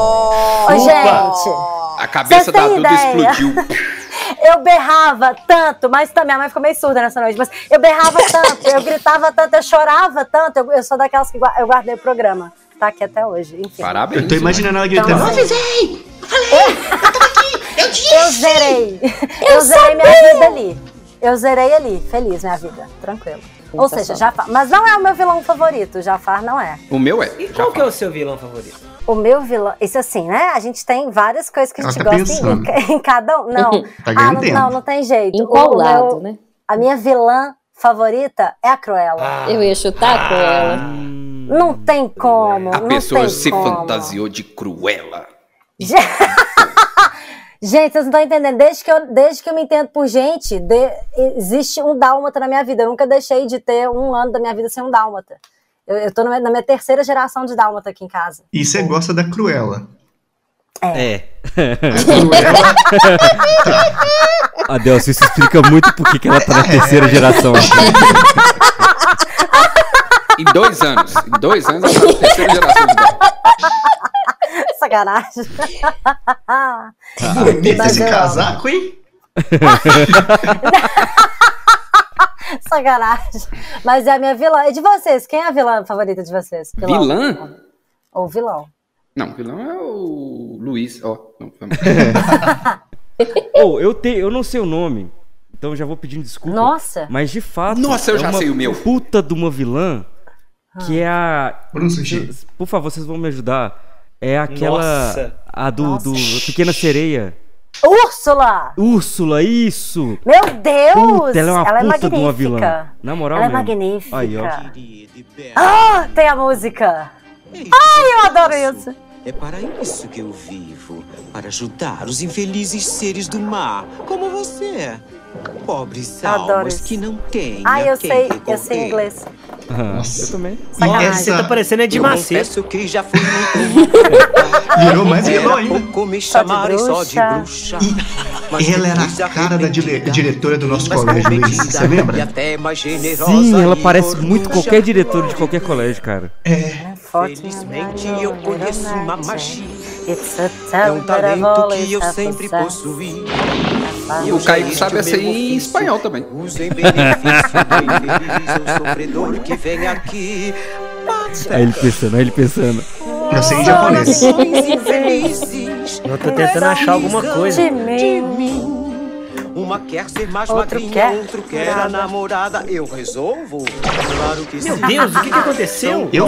Ô, gente, a cabeça da Duda explodiu. Eu berrava tanto, mas também a minha mãe ficou meio surda nessa noite, mas eu berrava tanto, eu gritava tanto, eu chorava tanto, eu, eu sou daquelas que eu guardei o programa. Tá aqui até hoje, enfim. Parabéns. Eu tô imaginando ela gritando. Então, eu avisei! Eu falei! Eu tava aqui! Eu disse! Eu zerei! Eu, eu zerei sabia. minha vida ali. Eu zerei ali. Feliz minha vida. Tranquilo. Ou Tá seja, só. Jafar. Mas não é o meu vilão favorito. Jafar não é. O meu é. E qual que é o seu vilão favorito? O meu vilão... Isso assim, né? A gente tem várias coisas que a gente Ela tá gosta em, pensando. em cada um. Não. Tá ah, ganhando não, tempo. não, não tem jeito. Em qual O lado, meu- né? A minha vilã favorita é a Cruella. Ah, Eu ia chutar com ela. Não tem como. A não pessoa tem se como. fantasiou de Cruella. Gente, vocês não estão entendendo. Desde que, eu, desde que eu me entendo por gente, de- existe um dálmata na minha vida. Eu nunca deixei de ter um ano da minha vida sem um dálmata. Eu, eu tô na minha, na minha terceira geração de dálmata aqui em casa. E você gosta da Cruella. É. A Cruella. Adelson, isso explica muito por que que ela tá na terceira geração. Em dois anos. Em dois anos ela tá na terceira geração de Dálmata. Sacanagem. Bonito Mas esse eu amo. casaco, hein? Sacanagem. Mas é a minha vilã. E de vocês? Quem é a vilã favorita de vocês? Vilã? Ou vilão? Não, vilão é o Luiz. Ó, não, foi mal. Oh, eu, te, eu não sei o nome, então já vou pedindo desculpa. Nossa. Mas de fato. Nossa, eu é já uma sei o meu. Puta de uma vilã que é a. Bruno Sushi. Por favor, vocês vão me ajudar. É aquela. Nossa. A do, Nossa. do Pequena Sereia. Úrsula! Úrsula, isso! Meu Deus! Puta, ela é uma ela é puta de uma vilã. magnífica. Na moral Ela é mesmo. magnífica. Aí, ó. Ah, tem a música. Ai, eu adoro isso. É para isso que eu vivo. Para ajudar os infelizes seres do mar, como você. Pobres Adoro almas isso. que não têm Ai, a eu quem sei, eu recorrer. sei inglês. Nossa. Eu também. Nossa, essa... você tá parecendo Ed Macedo. Que já fui Virou mais vilão ainda. Me chamarem só de bruxa. E ela era a cara da dire... diretora do nosso colégio, Luiz. Você lembra? Sim, ela parece muito qualquer diretora de qualquer colégio, cara. É. Felizmente eu conheço uma magia. É um talento que eu sempre possuí. E o Caio sabe essa aí em espanhol também. Usem benefício do infeliz ou sofredor que vem aqui. Aí ele pensando, aí ele pensando. Eu sei em japonês. Eu tô tentando achar alguma coisa. De mim. Uma quer ser mais outro magrinha, quer. outro quer a namorada. Eu resolvo? Claro que sim. Meu Deus, o que que aconteceu? Eu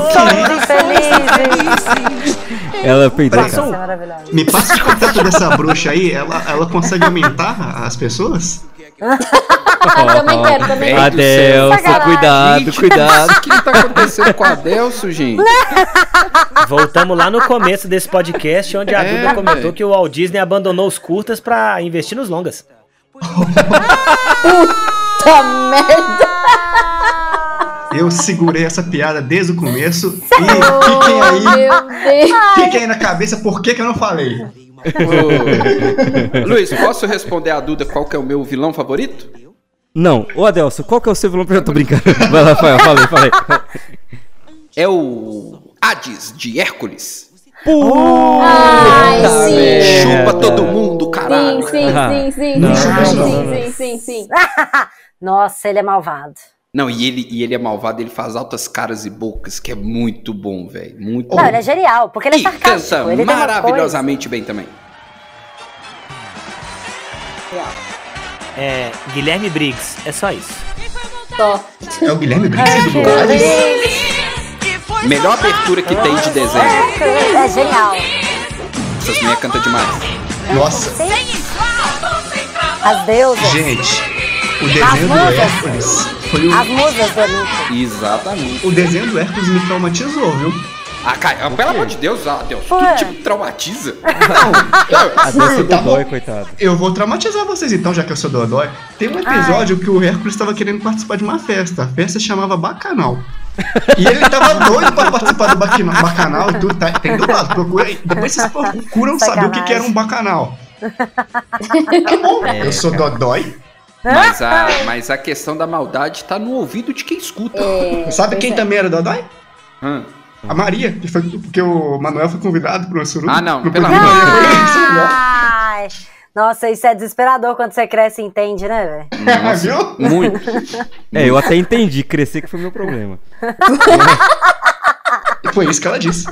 queria. Ela peidou. Me passa de contato dessa bruxa aí. Ela, ela consegue aumentar as pessoas? Também quero, também quero. Adelson, cuidado, Gente, cuidado. O que tá acontecendo com a Adelson, gente? Voltamos lá no começo desse podcast, onde a É, Duda comentou véio. que o Walt Disney abandonou os curtas pra investir nos longas. Puta merda! Eu segurei essa piada desde o começo. E fiquem aí. Meu Deus! Fiquem aí na cabeça por que, que eu não falei. Ô, Luiz, posso responder a Duda qual que é o meu vilão favorito? Não, ô Adelson, qual que é o seu vilão? Eu tô brincando. Vai lá, Rafael, falei, falei. É o Hades de Hércules. Ai, sim. Chupa todo mundo, caralho. Sim, sim, sim, sim, Não, sim, não, sim, não, sim, não. sim, sim, sim. Nossa, ele é malvado. Não, e ele, e ele é malvado, ele faz altas caras e bocas, que é muito bom, velho. Muito Não, bom. ele é genial, porque ele é E sarcástico. canta Ele tem uma maravilhosamente bem também. É, Guilherme Briggs, é só isso. Só. É o Guilherme Briggs do Hades? Melhor abertura que tem de desenho. É genial. Essas mulheres cantam demais. Nossa. As deusas. Gente, o desenho do Hércules foi o... As musas do Olimpo. Exatamente. O desenho do Hércules me traumatizou, viu? Ah, Caio, pelo amor de Deus, ah, Deus, Ué. tu te traumatiza. Adelson Tá bom. dodói, coitado. Eu vou traumatizar vocês então, já que eu sou dodói. Tem um episódio que o Hércules estava querendo participar de uma festa. A festa se chamava Bacanal. E ele tava doido para participar do bacana- Bacanal e tudo. Tá, tem do lado, procura aí. Depois vocês procuram saber o que, que era um Bacanal. Tá bom, É, eu sou dodói. Mas a, mas a questão da maldade tá no ouvido de quem escuta. É, Sabe quem pois é. também era dodói? Hum. A Maria, que foi porque o Manuel foi convidado pro Suru. Ah, não, pro pelo programa. Ai, nossa, isso é desesperador quando você cresce e entende, né, velho? Nossa, Viu? muito. É, eu até entendi, crescer que foi meu problema. Foi isso que ela disse.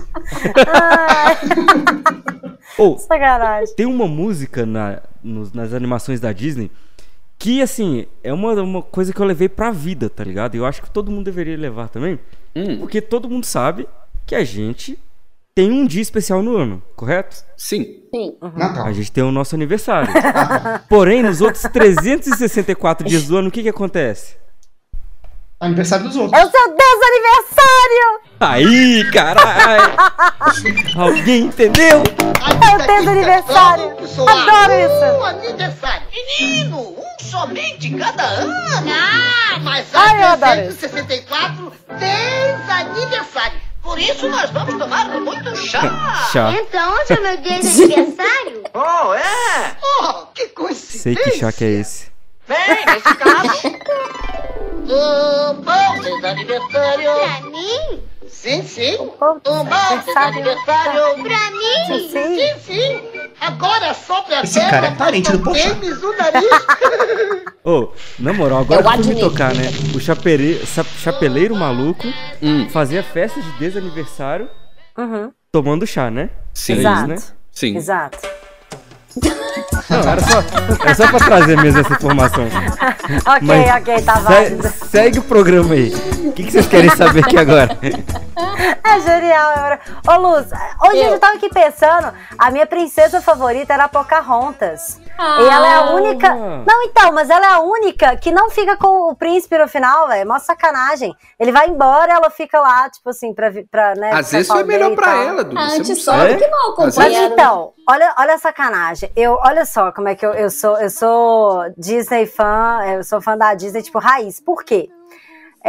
Ou, Sacanagem. tem uma música na, nos- nas animações da Disney que, assim, é uma, uma coisa que eu levei pra vida, tá ligado? Eu acho que todo mundo deveria levar também, Hum. porque todo mundo sabe que a gente tem um dia especial no ano, correto? Sim. Sim. Natal. A gente tem o nosso aniversário. Porém, nos outros trezentos e sessenta e quatro dias do ano, o que que acontece? Aniversário dos outros. É o seu Deus aniversário! Aí, caralho! Alguém entendeu? É o Deus aniversário! Adoro isso! Um aniversário. Menino, um somente cada ano. Ah, mas Ai, eu há adoro trezentos e sessenta e quatro desaniversários. Por isso nós vamos tomar muito chá. Chá. Então hoje é meu dia de aniversário? Oh, é? Oh, que Sei coincidência. que chá que é esse. Bem, nesse caso... Um bom desaniversário. Pra mim? Sim, sim. Um bom desaniversário. Pra mim? Sim, sim. Sim, sim. Agora sopre a Esse cara é parente do Pochá. Games no nariz. Ô, na moral, agora Eu que eu fui me admito. tocar, né? O chapeleiro, chapeleiro maluco Hum. fazia festa de desaniversário Uhum. tomando chá, né? Sim. Era Exato. isso, né? Sim. Exato. Não, era só, era só pra trazer mesmo essa informação. Ok, Mas ok, tá se- válido. segue o programa aí. O que, que vocês querem saber aqui agora? É genial, é mara- Ô, Luz, hoje Eu. eu tava aqui pensando, a minha princesa favorita era a Pocahontas. E ela é a única... Não, então, mas ela é a única que não fica com o príncipe no final, velho. Mó sacanagem. Ele vai embora e ela fica lá, tipo assim, pra... vi- pra né, Às pra vezes foi falder melhor e pra tal. ela, Duda. A você não anti-sogra sabe. que mal Às vezes- Mas acompanharam. então, olha, olha a sacanagem. Eu, olha só como é que eu, eu sou. Eu sou Disney fã, eu sou fã da Disney, tipo, raiz. Por quê? É,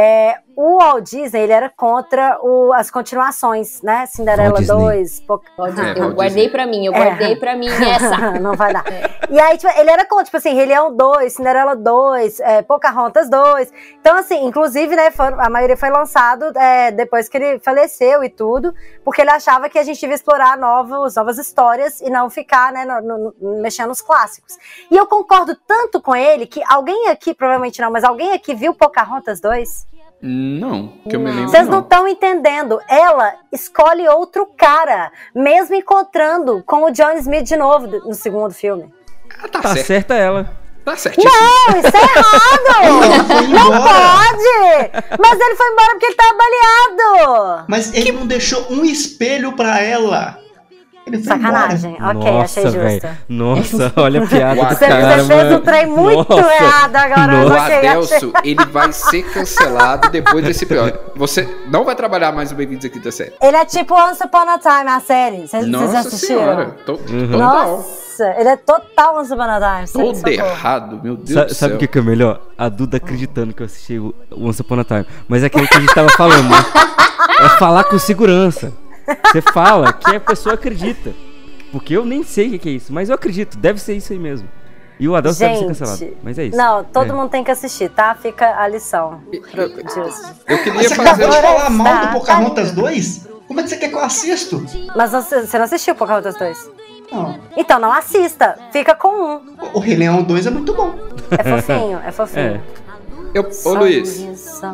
o Walt Disney, ele era contra o, as continuações, né? Cinderela dois. Po... É, eu guardei pra mim, eu guardei é. pra mim essa. Não vai dar. É. E aí, tipo, ele era contra, tipo assim, Rei Leão dois, Cinderela dois, é, Pocahontas dois. Então, assim, inclusive, né, for, a maioria foi lançado é, depois que ele faleceu e tudo, porque ele achava que a gente devia explorar novos, novas histórias e não ficar, né, no, no, no, mexendo nos clássicos. E eu concordo tanto com ele que alguém aqui, provavelmente não, mas alguém aqui viu Pocahontas dois? Não, que eu me lembro. Vocês não estão entendendo. Ela escolhe outro cara, mesmo encontrando com o John Smith de novo no segundo filme. Ah, tá, tá certo. certa ela. Tá certíssimo. Não, isso é errado! Não pode! Mas ele foi embora porque ele tava baleado! Mas ele não deixou um espelho pra ela. Ele foi Sacanagem, embora. ok, Nossa, achei justo. Véio. Nossa, olha a piada do Você, cara, você fez mano. um trem muito Nossa. errado agora. O Adelso, ele vai ser cancelado depois desse episódio. Você não vai trabalhar mais no Bem-vindos aqui da série. Ele é tipo Once Upon a Time, a série. Vocês já assistiram? Senhora, to, Uhum. Nossa, ele é total Once Upon a Time. Todo socorro. errado, meu Deus Sa do céu. sabe o que, que é melhor? A Duda acreditando que eu assisti o Once Upon a Time. Mas é aquilo que a gente tava falando, né? É falar com segurança. Você fala que a pessoa acredita. Porque eu nem sei o que é isso, mas eu acredito, deve ser isso aí mesmo. E o Adelso deve ser cancelado, mas é isso. Não, todo é. mundo tem que assistir, tá? Fica a lição. Pro, eu queria Mas você fazer... acabou de falar mal do Pocahontas dois? Como é que você quer que eu assisto? Mas você, você não assistiu Pocahontas dois? Não. Então não assista, fica com um. O Rei Leão dois é muito bom. É fofinho, é fofinho. É. Eu, ô Luiz.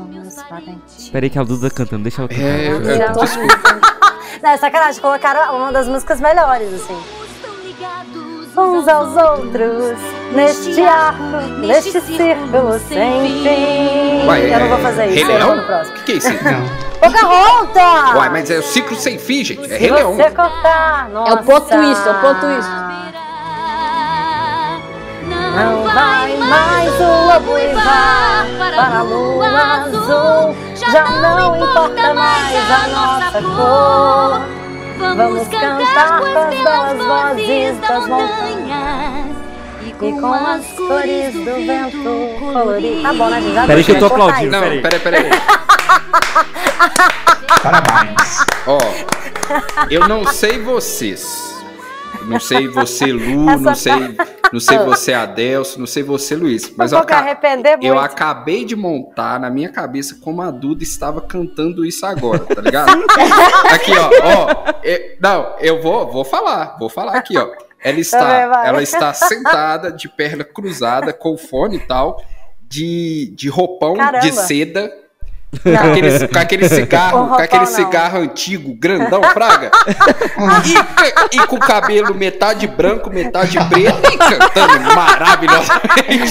Peraí que a Duda cantando, deixa ela cantar. É, eu, eu, desculpa. Não, é sacanagem, colocaram uma das músicas melhores, assim. Uns aos outros, neste arco, neste círculo sem fim. Uai, eu não vou fazer Rei isso, eu Leão? vou no próximo. O que, que é isso aí? Pocahontas! Uai, mas é o ciclo sem fim, gente. É Se Rei Leão. você cortar, nossa. É o plot twist, é o plot twist. Não vai mais o lobo uivar para a lua azul. Já não importa mais a nossa cor. Vamos cantar com as belas vozes das montanhas e com as cores do vento colorido. Tá bom, né, gente? Peraí que eu tô aplaudindo. Não, peraí, peraí, peraí. Parabéns. Ó, eu não sei vocês. Não sei você, Lu, Essa não sei, tá- não sei você, Adelso, não sei você, Luiz. Mas Eu eu, vou me aca- arrepender muito. eu acabei de montar na minha cabeça como a Duda estava cantando isso agora, tá ligado? Aqui, ó, ó. eu- não, eu vou, vou falar, vou falar aqui, ó. Ela está, Também vai. ela está sentada de perna cruzada com o fone e tal, de, de roupão Caramba. de seda. Com Não. aquele, com aquele cigarro, Com com aquele roupão, não. cigarro antigo, grandão, fraga. e, e com o cabelo metade branco, metade preto e cantando maravilhosamente.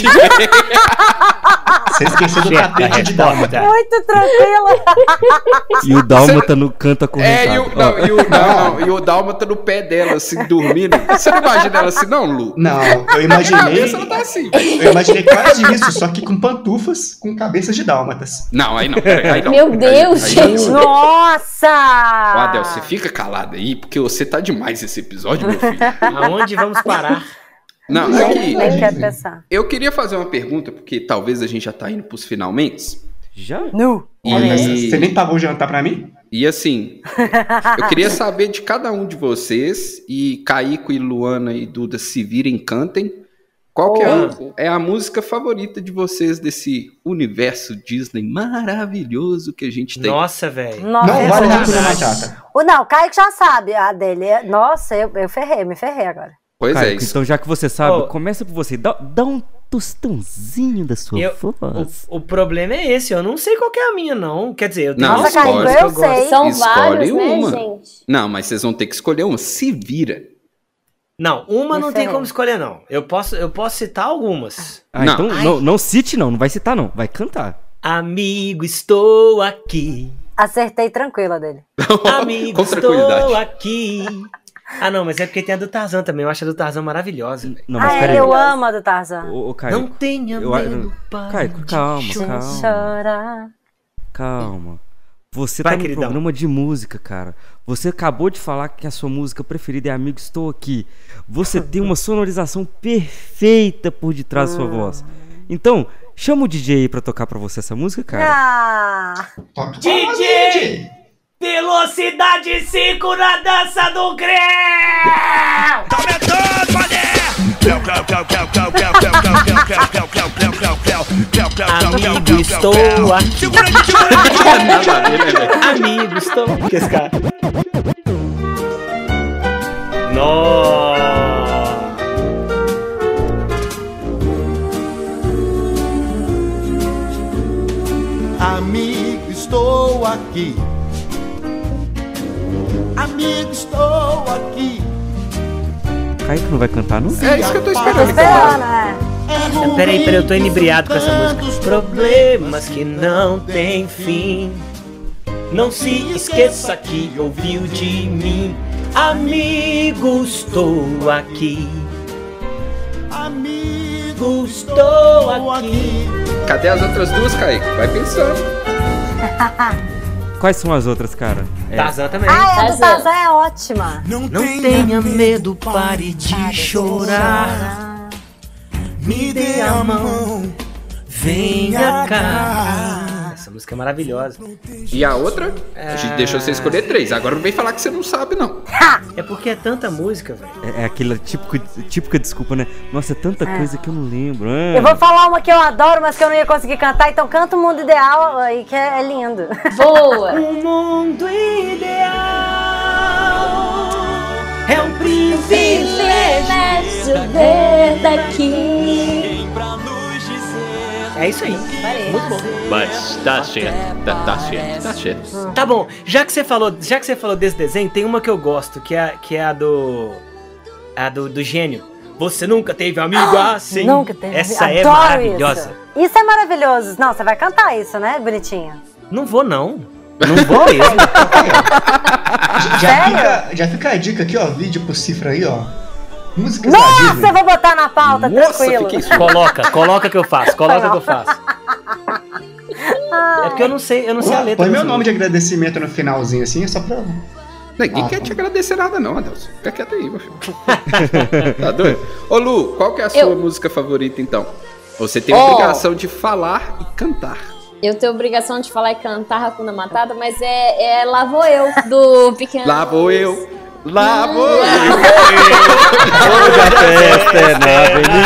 Você esqueceu do tapete de Dálmata. Muito tranquila. E o Dálmata no canto acorrentado. É, e o, não, e, o, não, não, e o Dálmata no pé dela, assim, dormindo. Você não imagina ela assim, não, Lu? Não, eu Na minha imaginei. cabeça ela tá assim. Eu imaginei quase isso, só que com pantufas com cabeças de dálmatas. Não, aí não, peraí, aí não. Meu Aí- Deus, aí gente. não. Nossa! Ô, Adel, você fica calado aí, porque você tá demais esse episódio, meu filho. Aonde vamos parar? Não, Nem, aqui. nem quero pensar. Eu queria fazer uma pergunta, porque talvez a gente já tá indo pros finalmente. Já? Nu. E, Você nem pagou o jantar pra mim? e assim, eu queria saber de cada um de vocês, e Caíco e Luana e Duda se virem, cantem, qual que é a, é a música favorita de vocês desse universo Disney maravilhoso que a gente tem? Nossa, velho. Nossa, Não eu vale já- muito na batata. O não, o Caio que já sabe a dele. é- Nossa, eu, eu ferrei, me ferrei agora. Pois é, Caio, isso. então já que você sabe, Ô. começa por você. Dá, dá um tostãozinho da sua Eu- voz. O, o problema é esse, eu não sei qual que é a minha, não. Quer dizer, eu tenho Não, Nossa, escolhe. Caio, músicas eu que gosto. sei. São Escolhe vários, uma. né, gente? Não, mas vocês vão ter que escolher uma. Se vira. Não, uma Me não tem ferrei. como escolher, não. Eu posso, eu posso citar algumas. Ah, Não. então Ai. não, não cite não, não vai citar não, vai cantar. Amigo, estou aqui. Acertei tranquila dele. Amigo, Com estou tranquilidade. aqui. Ah, não, mas é porque tem a do Tarzan também. Eu acho a do Tarzan maravilhosa, velho. Não, mas Ah, peraí. eu amo a do Tarzan. Ô, ô, Caio, Não tenha eu- medo, pai. Caio, calma, Sem calma, chorar. calma. Você Vai, tá no queridão. programa de música, cara. Você acabou de falar que a sua música preferida é Amigo Estou Aqui. Você tem uma sonorização perfeita por detrás da sua voz. Então, Chama o D J aí pra tocar pra você essa música, cara. Ah! D J! Velocidade cinco na dança do Grêmio! Tá aumentando, mané! Amigo, estou aqui. Amigo, estou aqui. Que esse cara? Nossa! Amigo, estou aqui. Amigo, estou aqui. Kaique não vai cantar, não? É isso que eu tô esperando. Tô esperando, é. Peraí, peraí, eu tô inebriado com essa música. Problemas que não tem fim. Não se esqueça que ouviu de mim. Amigo, estou aqui. Amigo, estou aqui. Cadê as outras duas, Kaique? Vai pensando. Quais são as outras, cara? É. Tarzan também. Ah, a do Tarzan é ótima. Não tenha medo, pare de chorar. Me dê a mão, venha cá. Essa música é maravilhosa. E a outra? É... A gente deixou você escolher três. Agora não vem falar que você não sabe, não. É porque é tanta música, velho. É, é aquela típica, típica desculpa, né? Nossa, é tanta é. coisa que eu não lembro. Ah. Eu vou falar uma que eu adoro, mas que eu não ia conseguir cantar. Então canta o Mundo Ideal aí, que é, é lindo. Boa! O mundo ideal é um privilégio ver daqui. É isso aí. Muito bom. Mas tá certo, tá, tá certo, tá certo. Tá bom, já que você falou, já que você falou desse desenho, tem uma que eu gosto, que é, que é a do a do, do gênio. Você nunca teve amigo assim? Nunca teve. Essa é Adoro maravilhosa. Isso. Isso é maravilhoso. Não, você vai cantar isso, né, bonitinha? Não vou não. Não vou mesmo. já, fica, já fica a dica aqui, ó, vídeo pro Cifra aí, ó. Músicas Nossa, eu vou botar na pauta, Nossa, tranquilo. Coloca, coloca que eu faço, coloca que eu faço. É porque eu não sei, eu não sei Pô, a letra. Põe meu nome de agradecimento no finalzinho assim, é só pra... Ninguém ah, quer te agradecer nada não, Adelson. Fica quieto aí, meu filho. Tá doido? Ô Lu, qual que é a sua eu... música favorita então? Você tem a oh. obrigação de falar e cantar. Eu tenho a obrigação de falar e cantar Hakuna Matata, mas é, é Lá Vou Eu, do Pequeno... Lá Vou Eu. Lá vou eu. Hoje a festa é na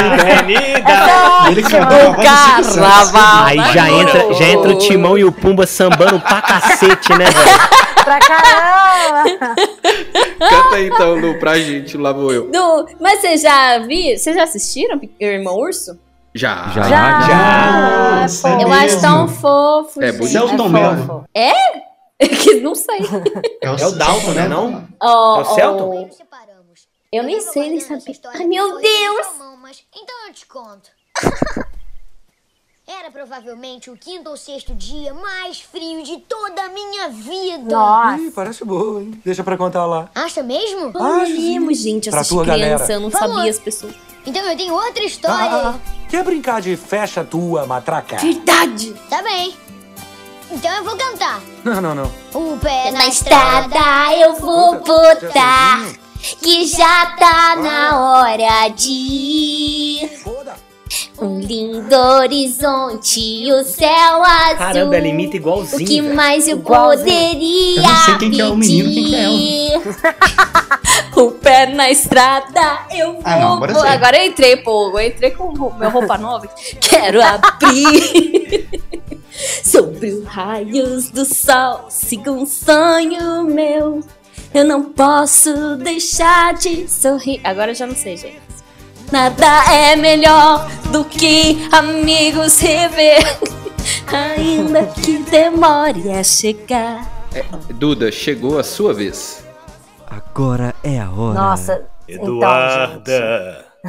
avenida. O carnaval. Aí já entra, já entra o Timão e o Pumba sambando pra cacete, né, velho? Pra caramba. Canta aí então, Lu, pra gente, Lá Vou Eu. Do, mas vocês já viram, vocês já assistiram o Irmão Urso? Já. Já. Já. já. Nossa, eu é acho tão fofo. É bonito. É fofo. É? Que não sei. É o, é o Dalton, né? Não? Oh, é o Celton? Oh. Eu nem sei, nem sabia. Ai, meu Deus! Então eu te conto. Era provavelmente o quinto ou sexto dia mais frio de toda a minha vida. Nossa. Ih, parece boa, hein? Deixa pra contar lá. Acha mesmo? Ah, mesmo, gente. Eu assisti criança, galera. Eu não Vamos. sabia as pessoas. Então eu tenho outra história. Ah, ah, ah. Quer brincar de fecha tua matraca? Verdade. Tá bem. Então eu vou cantar. Não, não, não. O pé na, na estrada, estrada eu vou botar, que já tá na hora de ir. Um lindo horizonte e o céu azul. Caramba, ela imita igualzinho. O que velho. mais eu igualzinho. poderia Eu não sei quem pedir. que é o menino, quem que é ela. O pé na estrada, eu vou... Ah, não, agora, vou... agora eu entrei, pô. Eu entrei com meu roupa nova. Quero abrir... Sobre os raios do sol, sigo um sonho meu. Eu não posso deixar de sorrir. Agora eu já não sei, gente. Nada é melhor do que amigos rever, ainda que demore a chegar. É, Duda, chegou a sua vez. Agora é a hora. Nossa, Eduarda. Então,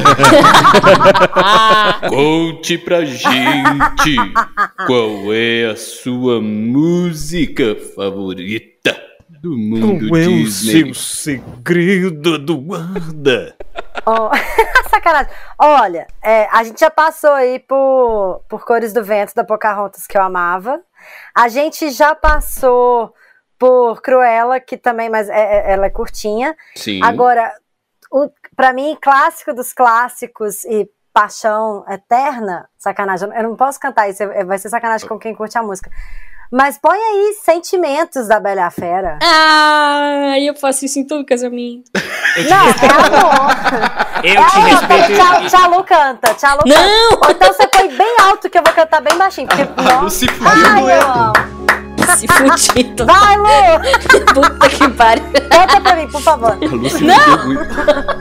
Conte pra gente qual é a sua música favorita do mundo Qual é o Disney. seu segredo, Eduarda? Oh, sacanagem. Olha, é, a gente já passou aí por, por Cores do Vento, da Pocahontas, que eu amava. A gente já passou por Cruella, que também, mas é, é, ela é curtinha. Sim. Agora, o, pra mim, clássico dos clássicos, e paixão eterna, sacanagem, eu não posso cantar isso, vai ser sacanagem com quem curte a música. Mas põe aí Sentimentos da Bela e a Fera. Ah, eu faço isso em todo casamento. Não, é amor. Eu é te amor. respeito. Tchau, Tchalu canta, Tchalu canta. Não! Ou então você põe bem alto que eu vou cantar bem baixinho. Porque, A Lu se fudeu ai, no eu Eto. amo. Se fudido. Vai, Lu! Puta que pariu. Canta pra mim, por favor. A Lu se Não! fudeu muito.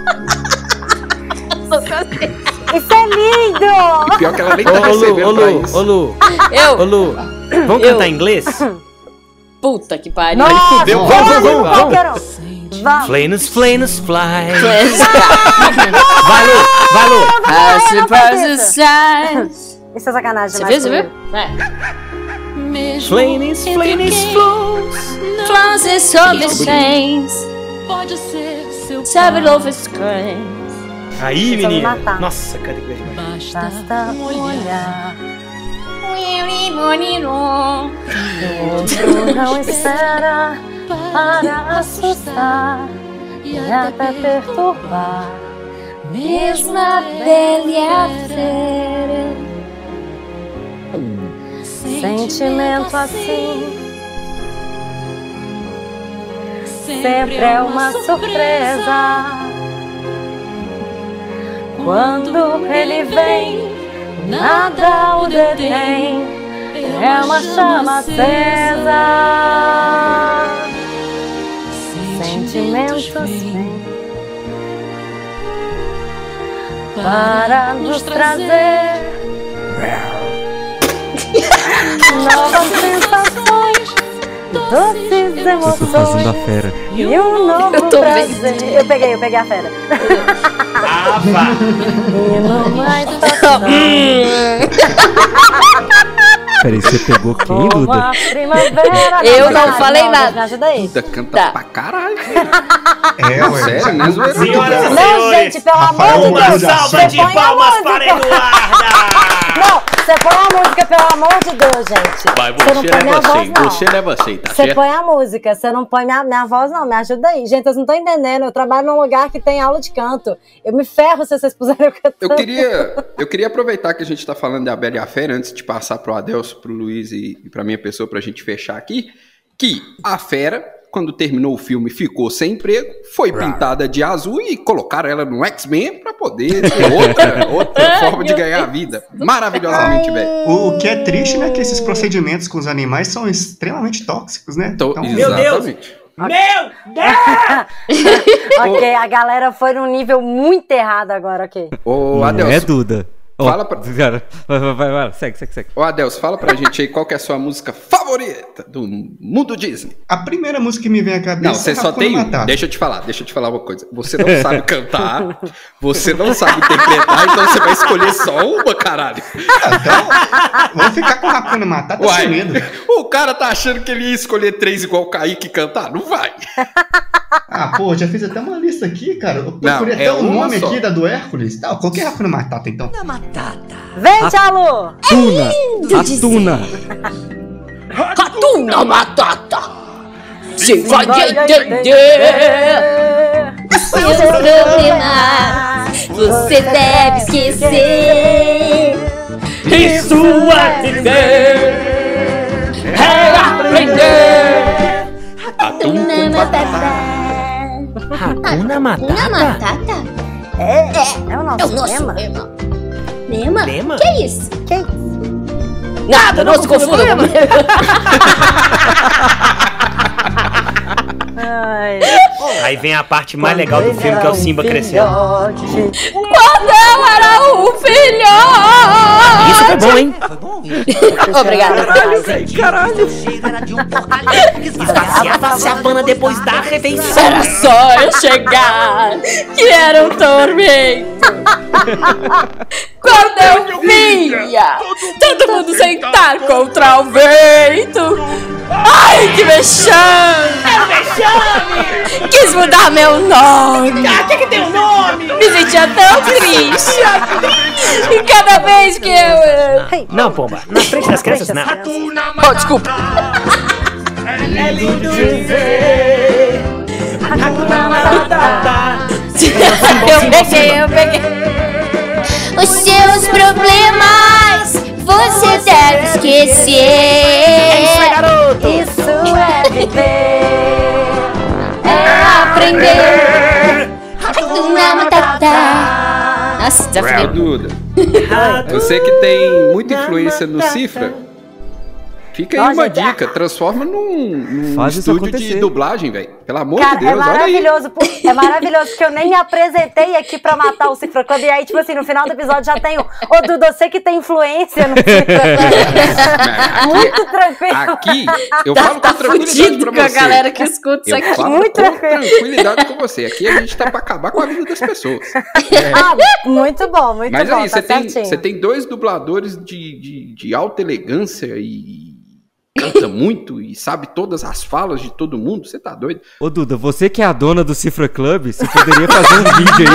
Isso é lindo! E pior que ela nem tá Ô, Lu, recebendo ô, pra Lu, isso. ô, Lu. Eu? Ô, Lu, vamos Eu. cantar em inglês? Puta que pariu. Nossa, fudeu. vamos, Vamos, vamos, vamos. qualquer um. Vamos. Flames, flames, fly. Yes. Vai, Lu, vai, Lu. I não suppose faz it's Isso é sacanagem. Você mas viu, você tudo viu? bem. É. Flames, flames, flows. Flowers sobre chains. Pode ser seu Sabe over screens. Aí, Vocês vão me menina. matar. Nossa, cadê que demais? Basta olhar. Outro Não espera para assustar e até perturbar. Mesmo a Bela e a Fera. Sentimento assim sempre é uma surpresa. Quando ele vem, nada o detém. É uma chama acesa. Sentimentos vêm para nos trazer novas sensações, doces Eu tô fazendo a emoções fera. e um novo Eu tô prazer. Eu peguei, eu peguei a fera. Ah, vá. E numa estação Peraí, você pegou quem, como Duda? a primavera. Eu não Ai, falei não, nada. Me ajuda aí. Duda canta Tá. pra caralho. É, ué. Sério, né? Zoeira. Senhoras e Não, senhores, gente, pelo Rafael amor de Moura Deus. de uma Açúcar. salva de Você põe a palmas música. para Eduarda! Não, você põe a música, pelo amor de Deus, gente. Vai, você não você põe minha leva voz, assim, não. você leva assim, tá Você certo? põe a música, você não põe minha, minha voz, não. Me ajuda aí. Gente, vocês não estão entendendo. Eu trabalho num lugar que tem aula de canto. Eu me ferro se vocês puserem eu cantando. Eu queria, eu queria aproveitar que a gente tá falando da Bela e a Fera, antes de passar pro Adelso, pro Luiz e, e pra minha pessoa, pra gente fechar aqui, que a Fera, quando terminou o filme, ficou sem emprego, foi pintada de azul e colocaram ela no X-Men pra poder ter outra, outra forma de ganhar a vida. Maravilhosamente, velho. O que é triste, né, que esses procedimentos com os animais são extremamente tóxicos, né? Então, Meu Deus! exatamente. Meu Deus! Ok, a galera foi num nível muito errado agora, ok. Ô, Não Adelso, é, Duda? Fala Ó, pra- Cara, vai, vai, vai, vai, segue, segue, segue. ô, Adelso, fala pra gente aí qual que é a sua música favorita do mundo Disney. A primeira música que me vem à cabeça Não, você é só Hakuna tem um. Matata. Deixa eu te falar, deixa eu te falar uma coisa. Você não sabe cantar, você não sabe interpretar, então você vai escolher só uma, caralho. Vou ficar com Hakuna Matata Uai, sem medo. o cara tá achando que ele ia escolher três igual o Kaique e cantar? Não vai. Ah, pô, já fiz até uma lista aqui, cara. Eu procurei Não, é até o uma nome só. aqui da do Hércules. Tá, qualquer Hakuna Matata, então. Vem, Tchalu! Tuna! Atuna! Hakuna Matata. Você vai Vai entender. Seus problemas você deve esquecer. E sua viver é aprender. Hakuna Matata. Hakuna Matata? Hakuna Matata? É, É, é o nosso é o nosso tema. lema. Lema? Lema? Que é isso? Que isso? Nada, não se confunda. Ai. Aí vem a parte mais legal do filme, que é o Simba crescendo. Quando eu era um filhote. Isso foi bom, hein? Obrigada. Caralho! Esvaziava a savana depois da refeição. Era só eu chegar, que era um tormento. Quando eu via todo mundo sentar contra o vento. Ai, que vexame! Vexame! Quis mudar meu nome. Ah, que que tem um nome? Me sentia tão triste. E cada vez que eu... Não, pomba. Na frente das crianças, não. Oh, desculpa. É lindo dizer Hakuna Matata. Eu peguei, eu peguei. Os seus problemas você deve esquecer. É isso aí, garoto. Isso é viver, é aprender. Hakuna Matata. Nossa, desafiei. Duda, você que tem muita influência no Cifra, fica aí Nossa, uma gente, dica, transforma num, num Faz isso estúdio acontecer. de dublagem, velho. Pelo amor Cara, de Deus, é olha aí. maravilhoso, por- é maravilhoso, porque eu nem me apresentei aqui pra matar o Cifra Club, e aí, tipo assim, no final do episódio já tenho, ô Duda, você que tem influência no Cifra Club. Muito tranquilo. Aqui, eu Tá- falo tá com tranquilidade fudido pra com a você. galera que escuta isso Eu aqui. falo Muito com tranquilo. tranquilidade com você. Aqui a gente tá pra acabar com a vida das pessoas. Ah, muito bom, muito Mas bom, aí, tá você tem, certinho. você tem dois dubladores de, de, de alta elegância e canta muito e sabe todas as falas de todo mundo. Você tá doido? Ô Duda, você que é a dona do Cifra Club, você poderia fazer um vídeo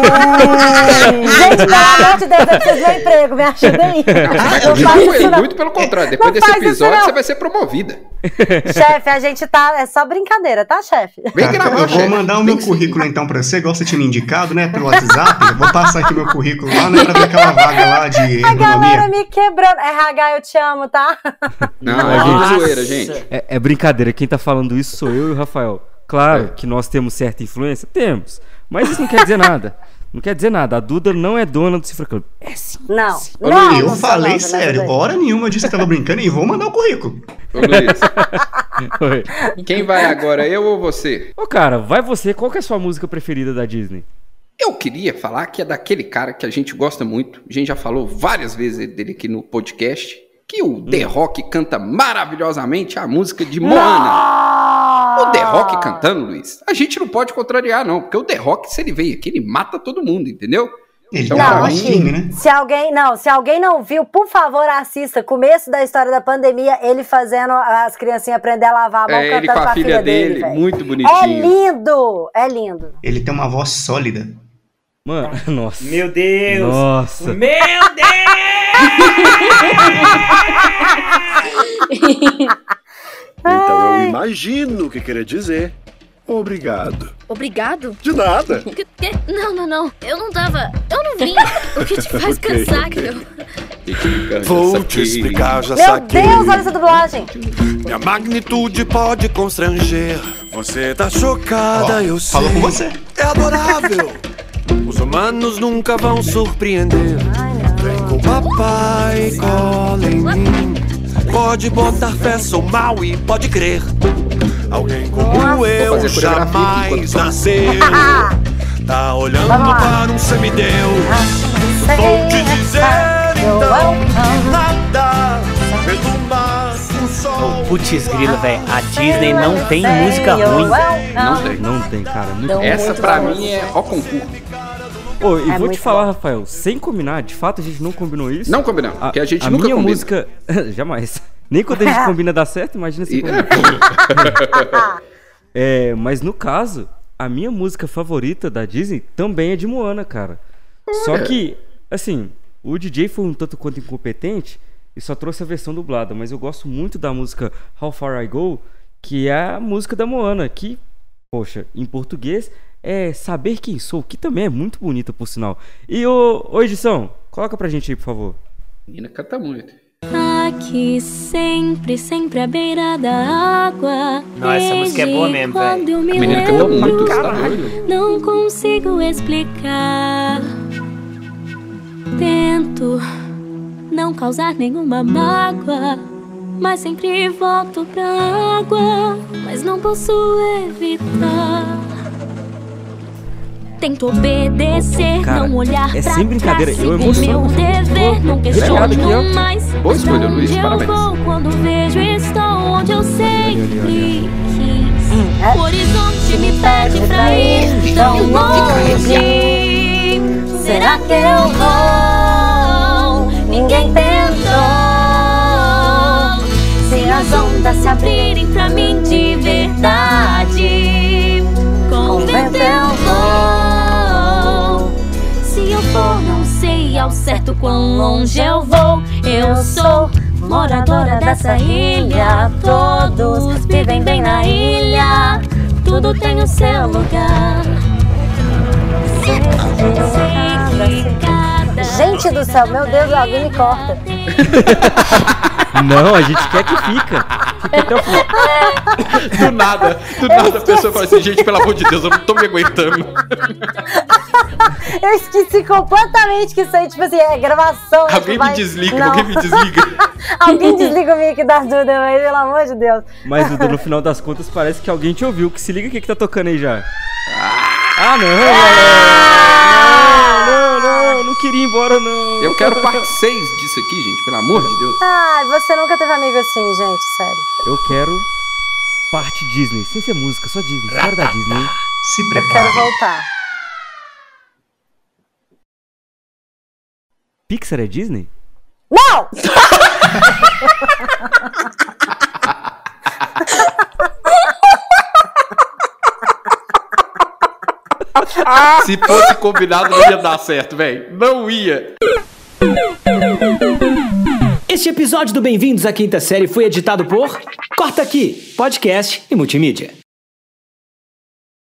aí. Gente, pelo amor de Deus, eu preciso de um emprego, me ajuda aí. Não Muito, faz isso não. muito pelo contrário. Depois Não desse faz isso episódio, não. você vai ser promovida. Chefe, a gente tá, é só brincadeira, tá, chefe? Vem Tá, gravar, eu vou chefe. mandar o meu currículo então pra você, igual você tinha me indicado, né, pelo WhatsApp. Eu vou passar aqui meu currículo lá, né, pra ver aquela vaga lá de A galera ergonomia. me quebrando. R H, eu te amo, tá? Não, Nossa. é tudo zoeira, gente. É, é brincadeira, quem tá falando isso sou eu e o Rafael. Claro que nós temos certa influência, temos. Mas isso não quer dizer nada. Não quer dizer nada. A Duda não é dona do Cifra Club. É sim. Não. Ô, não, Luiz, Eu não sou falei nova, sério, né, hora nenhuma eu disse que tava brincando e vou mandar o currículo. Ô, Luiz, Oi. quem vai agora, eu ou você? Ô cara, vai você, qual que é a sua música preferida da Disney? Eu queria falar que é daquele cara que a gente gosta muito. A gente já falou várias vezes dele aqui no podcast. Que o The Rock canta maravilhosamente a música de Moana. O The Rock cantando, Luiz, a gente não pode contrariar, não. Porque o The Rock, se ele veio aqui, ele mata todo mundo, entendeu? Ele Então, tá pra Não, mim, time, né? Se alguém não, se alguém não viu, por favor, assista. Começo da história da pandemia, ele fazendo as criancinhas aprender a lavar a mão é ele cantando com a filha dele, velho. muito É bonitinho. lindo, é lindo. Ele tem uma voz sólida. Mano, nossa. Meu Deus. Nossa. Meu Então eu imagino o que queria dizer. Obrigado. Obrigado? De nada. Que- que- Não, não, não. Eu não tava. Eu não vim. O que te faz Ok, cansar, ok. meu? Vou te explicar, já Meu saquei. Deus, olha essa dublagem. Minha magnitude pode constranger. Você tá chocada, Ó, eu sei. falou com você. É adorável. Os humanos nunca vão surpreender. Vem com o papai, cola em mim. Pode botar fé, sou mal e pode crer. Alguém como eu fazer coreografia aqui jamais enquanto fala. nasceu. Tá olhando Vamos lá. para um semideus. Vou te dizer então que nada pelo mar, o sol. Putz, grilo, velho. A Disney não tem música ruim. Não tem. Não tem, cara. Muito Não. Essa muito pra bom. mim é ó concurso. Ô, e É vou muito te falar, bom. Rafael, sem combinar, de fato a gente não combinou isso. Não combinamos, porque a gente a nunca minha combina. música. Jamais. Nem quando a gente combina dá certo, imagina se E- combina. É, mas no caso, a minha música favorita da Disney também é de Moana, cara. Só que, assim, o D J foi um tanto quanto incompetente e só trouxe a versão dublada, mas eu gosto muito da música How Far I Go, que é a música da Moana, que, poxa, em português é Saber Quem Sou, que também é muito bonita, por sinal. E, ô, ô edição, coloca pra gente aí, por favor. Menina canta muito. Aqui sempre, sempre à beira da água. Nossa, essa música é boa mesmo, velho. Quando eu me A menina canta lembro, muito, você tá doido? não consigo explicar. Tento não causar nenhuma mágoa, mas sempre volto pra água, mas não posso evitar. Tento obedecer, Cara, não olhar é pra sem brincadeira, trás, eu sigo emociono. meu dever, não Obrigado aqui, ó. questiono mais. Boa escolha, Luiz, Onde eu parabéns. vou quando vejo estou onde eu sempre quis. É. O horizonte me pede pra ir tão longe. Será que eu vou? Ninguém tentou. Se as ondas se abrirem pra mim de verdade, com o vento eu vou. Se eu for, não sei ao certo quão longe eu vou. Eu sou moradora dessa ilha. Todos vivem bem na ilha. Tudo tem o seu lugar. Sei que cada Gente do céu, meu Deus, alguém me corta. Não, a gente quer que fica. Fica até o final. Do nada, do nada a pessoa fala assim, gente, pelo amor de Deus, eu não tô me aguentando. Eu esqueci completamente que isso aí, tipo assim, é gravação. Alguém vai... me desliga, não. alguém me desliga. Alguém desliga o mic da Duda, mas pelo amor de Deus. Mas, Duda, no final das contas, parece que alguém te ouviu. Que se liga o que, que tá tocando aí já. Ah, não, ah! não, não, não, não queria ir embora, não. Eu quero parte seis disso aqui, gente, pelo amor de Deus. Ai, você nunca teve amigo assim, gente, sério. Eu quero parte Disney, sem ser música, só Disney. Fora da Disney. Se prepare. Eu quero voltar. Pixar é Disney? Não! Se fosse combinado, não ia dar certo, velho. Não ia. Este episódio do Bem-vindos à Quinta Série foi editado por Corta Aqui, podcast e multimídia.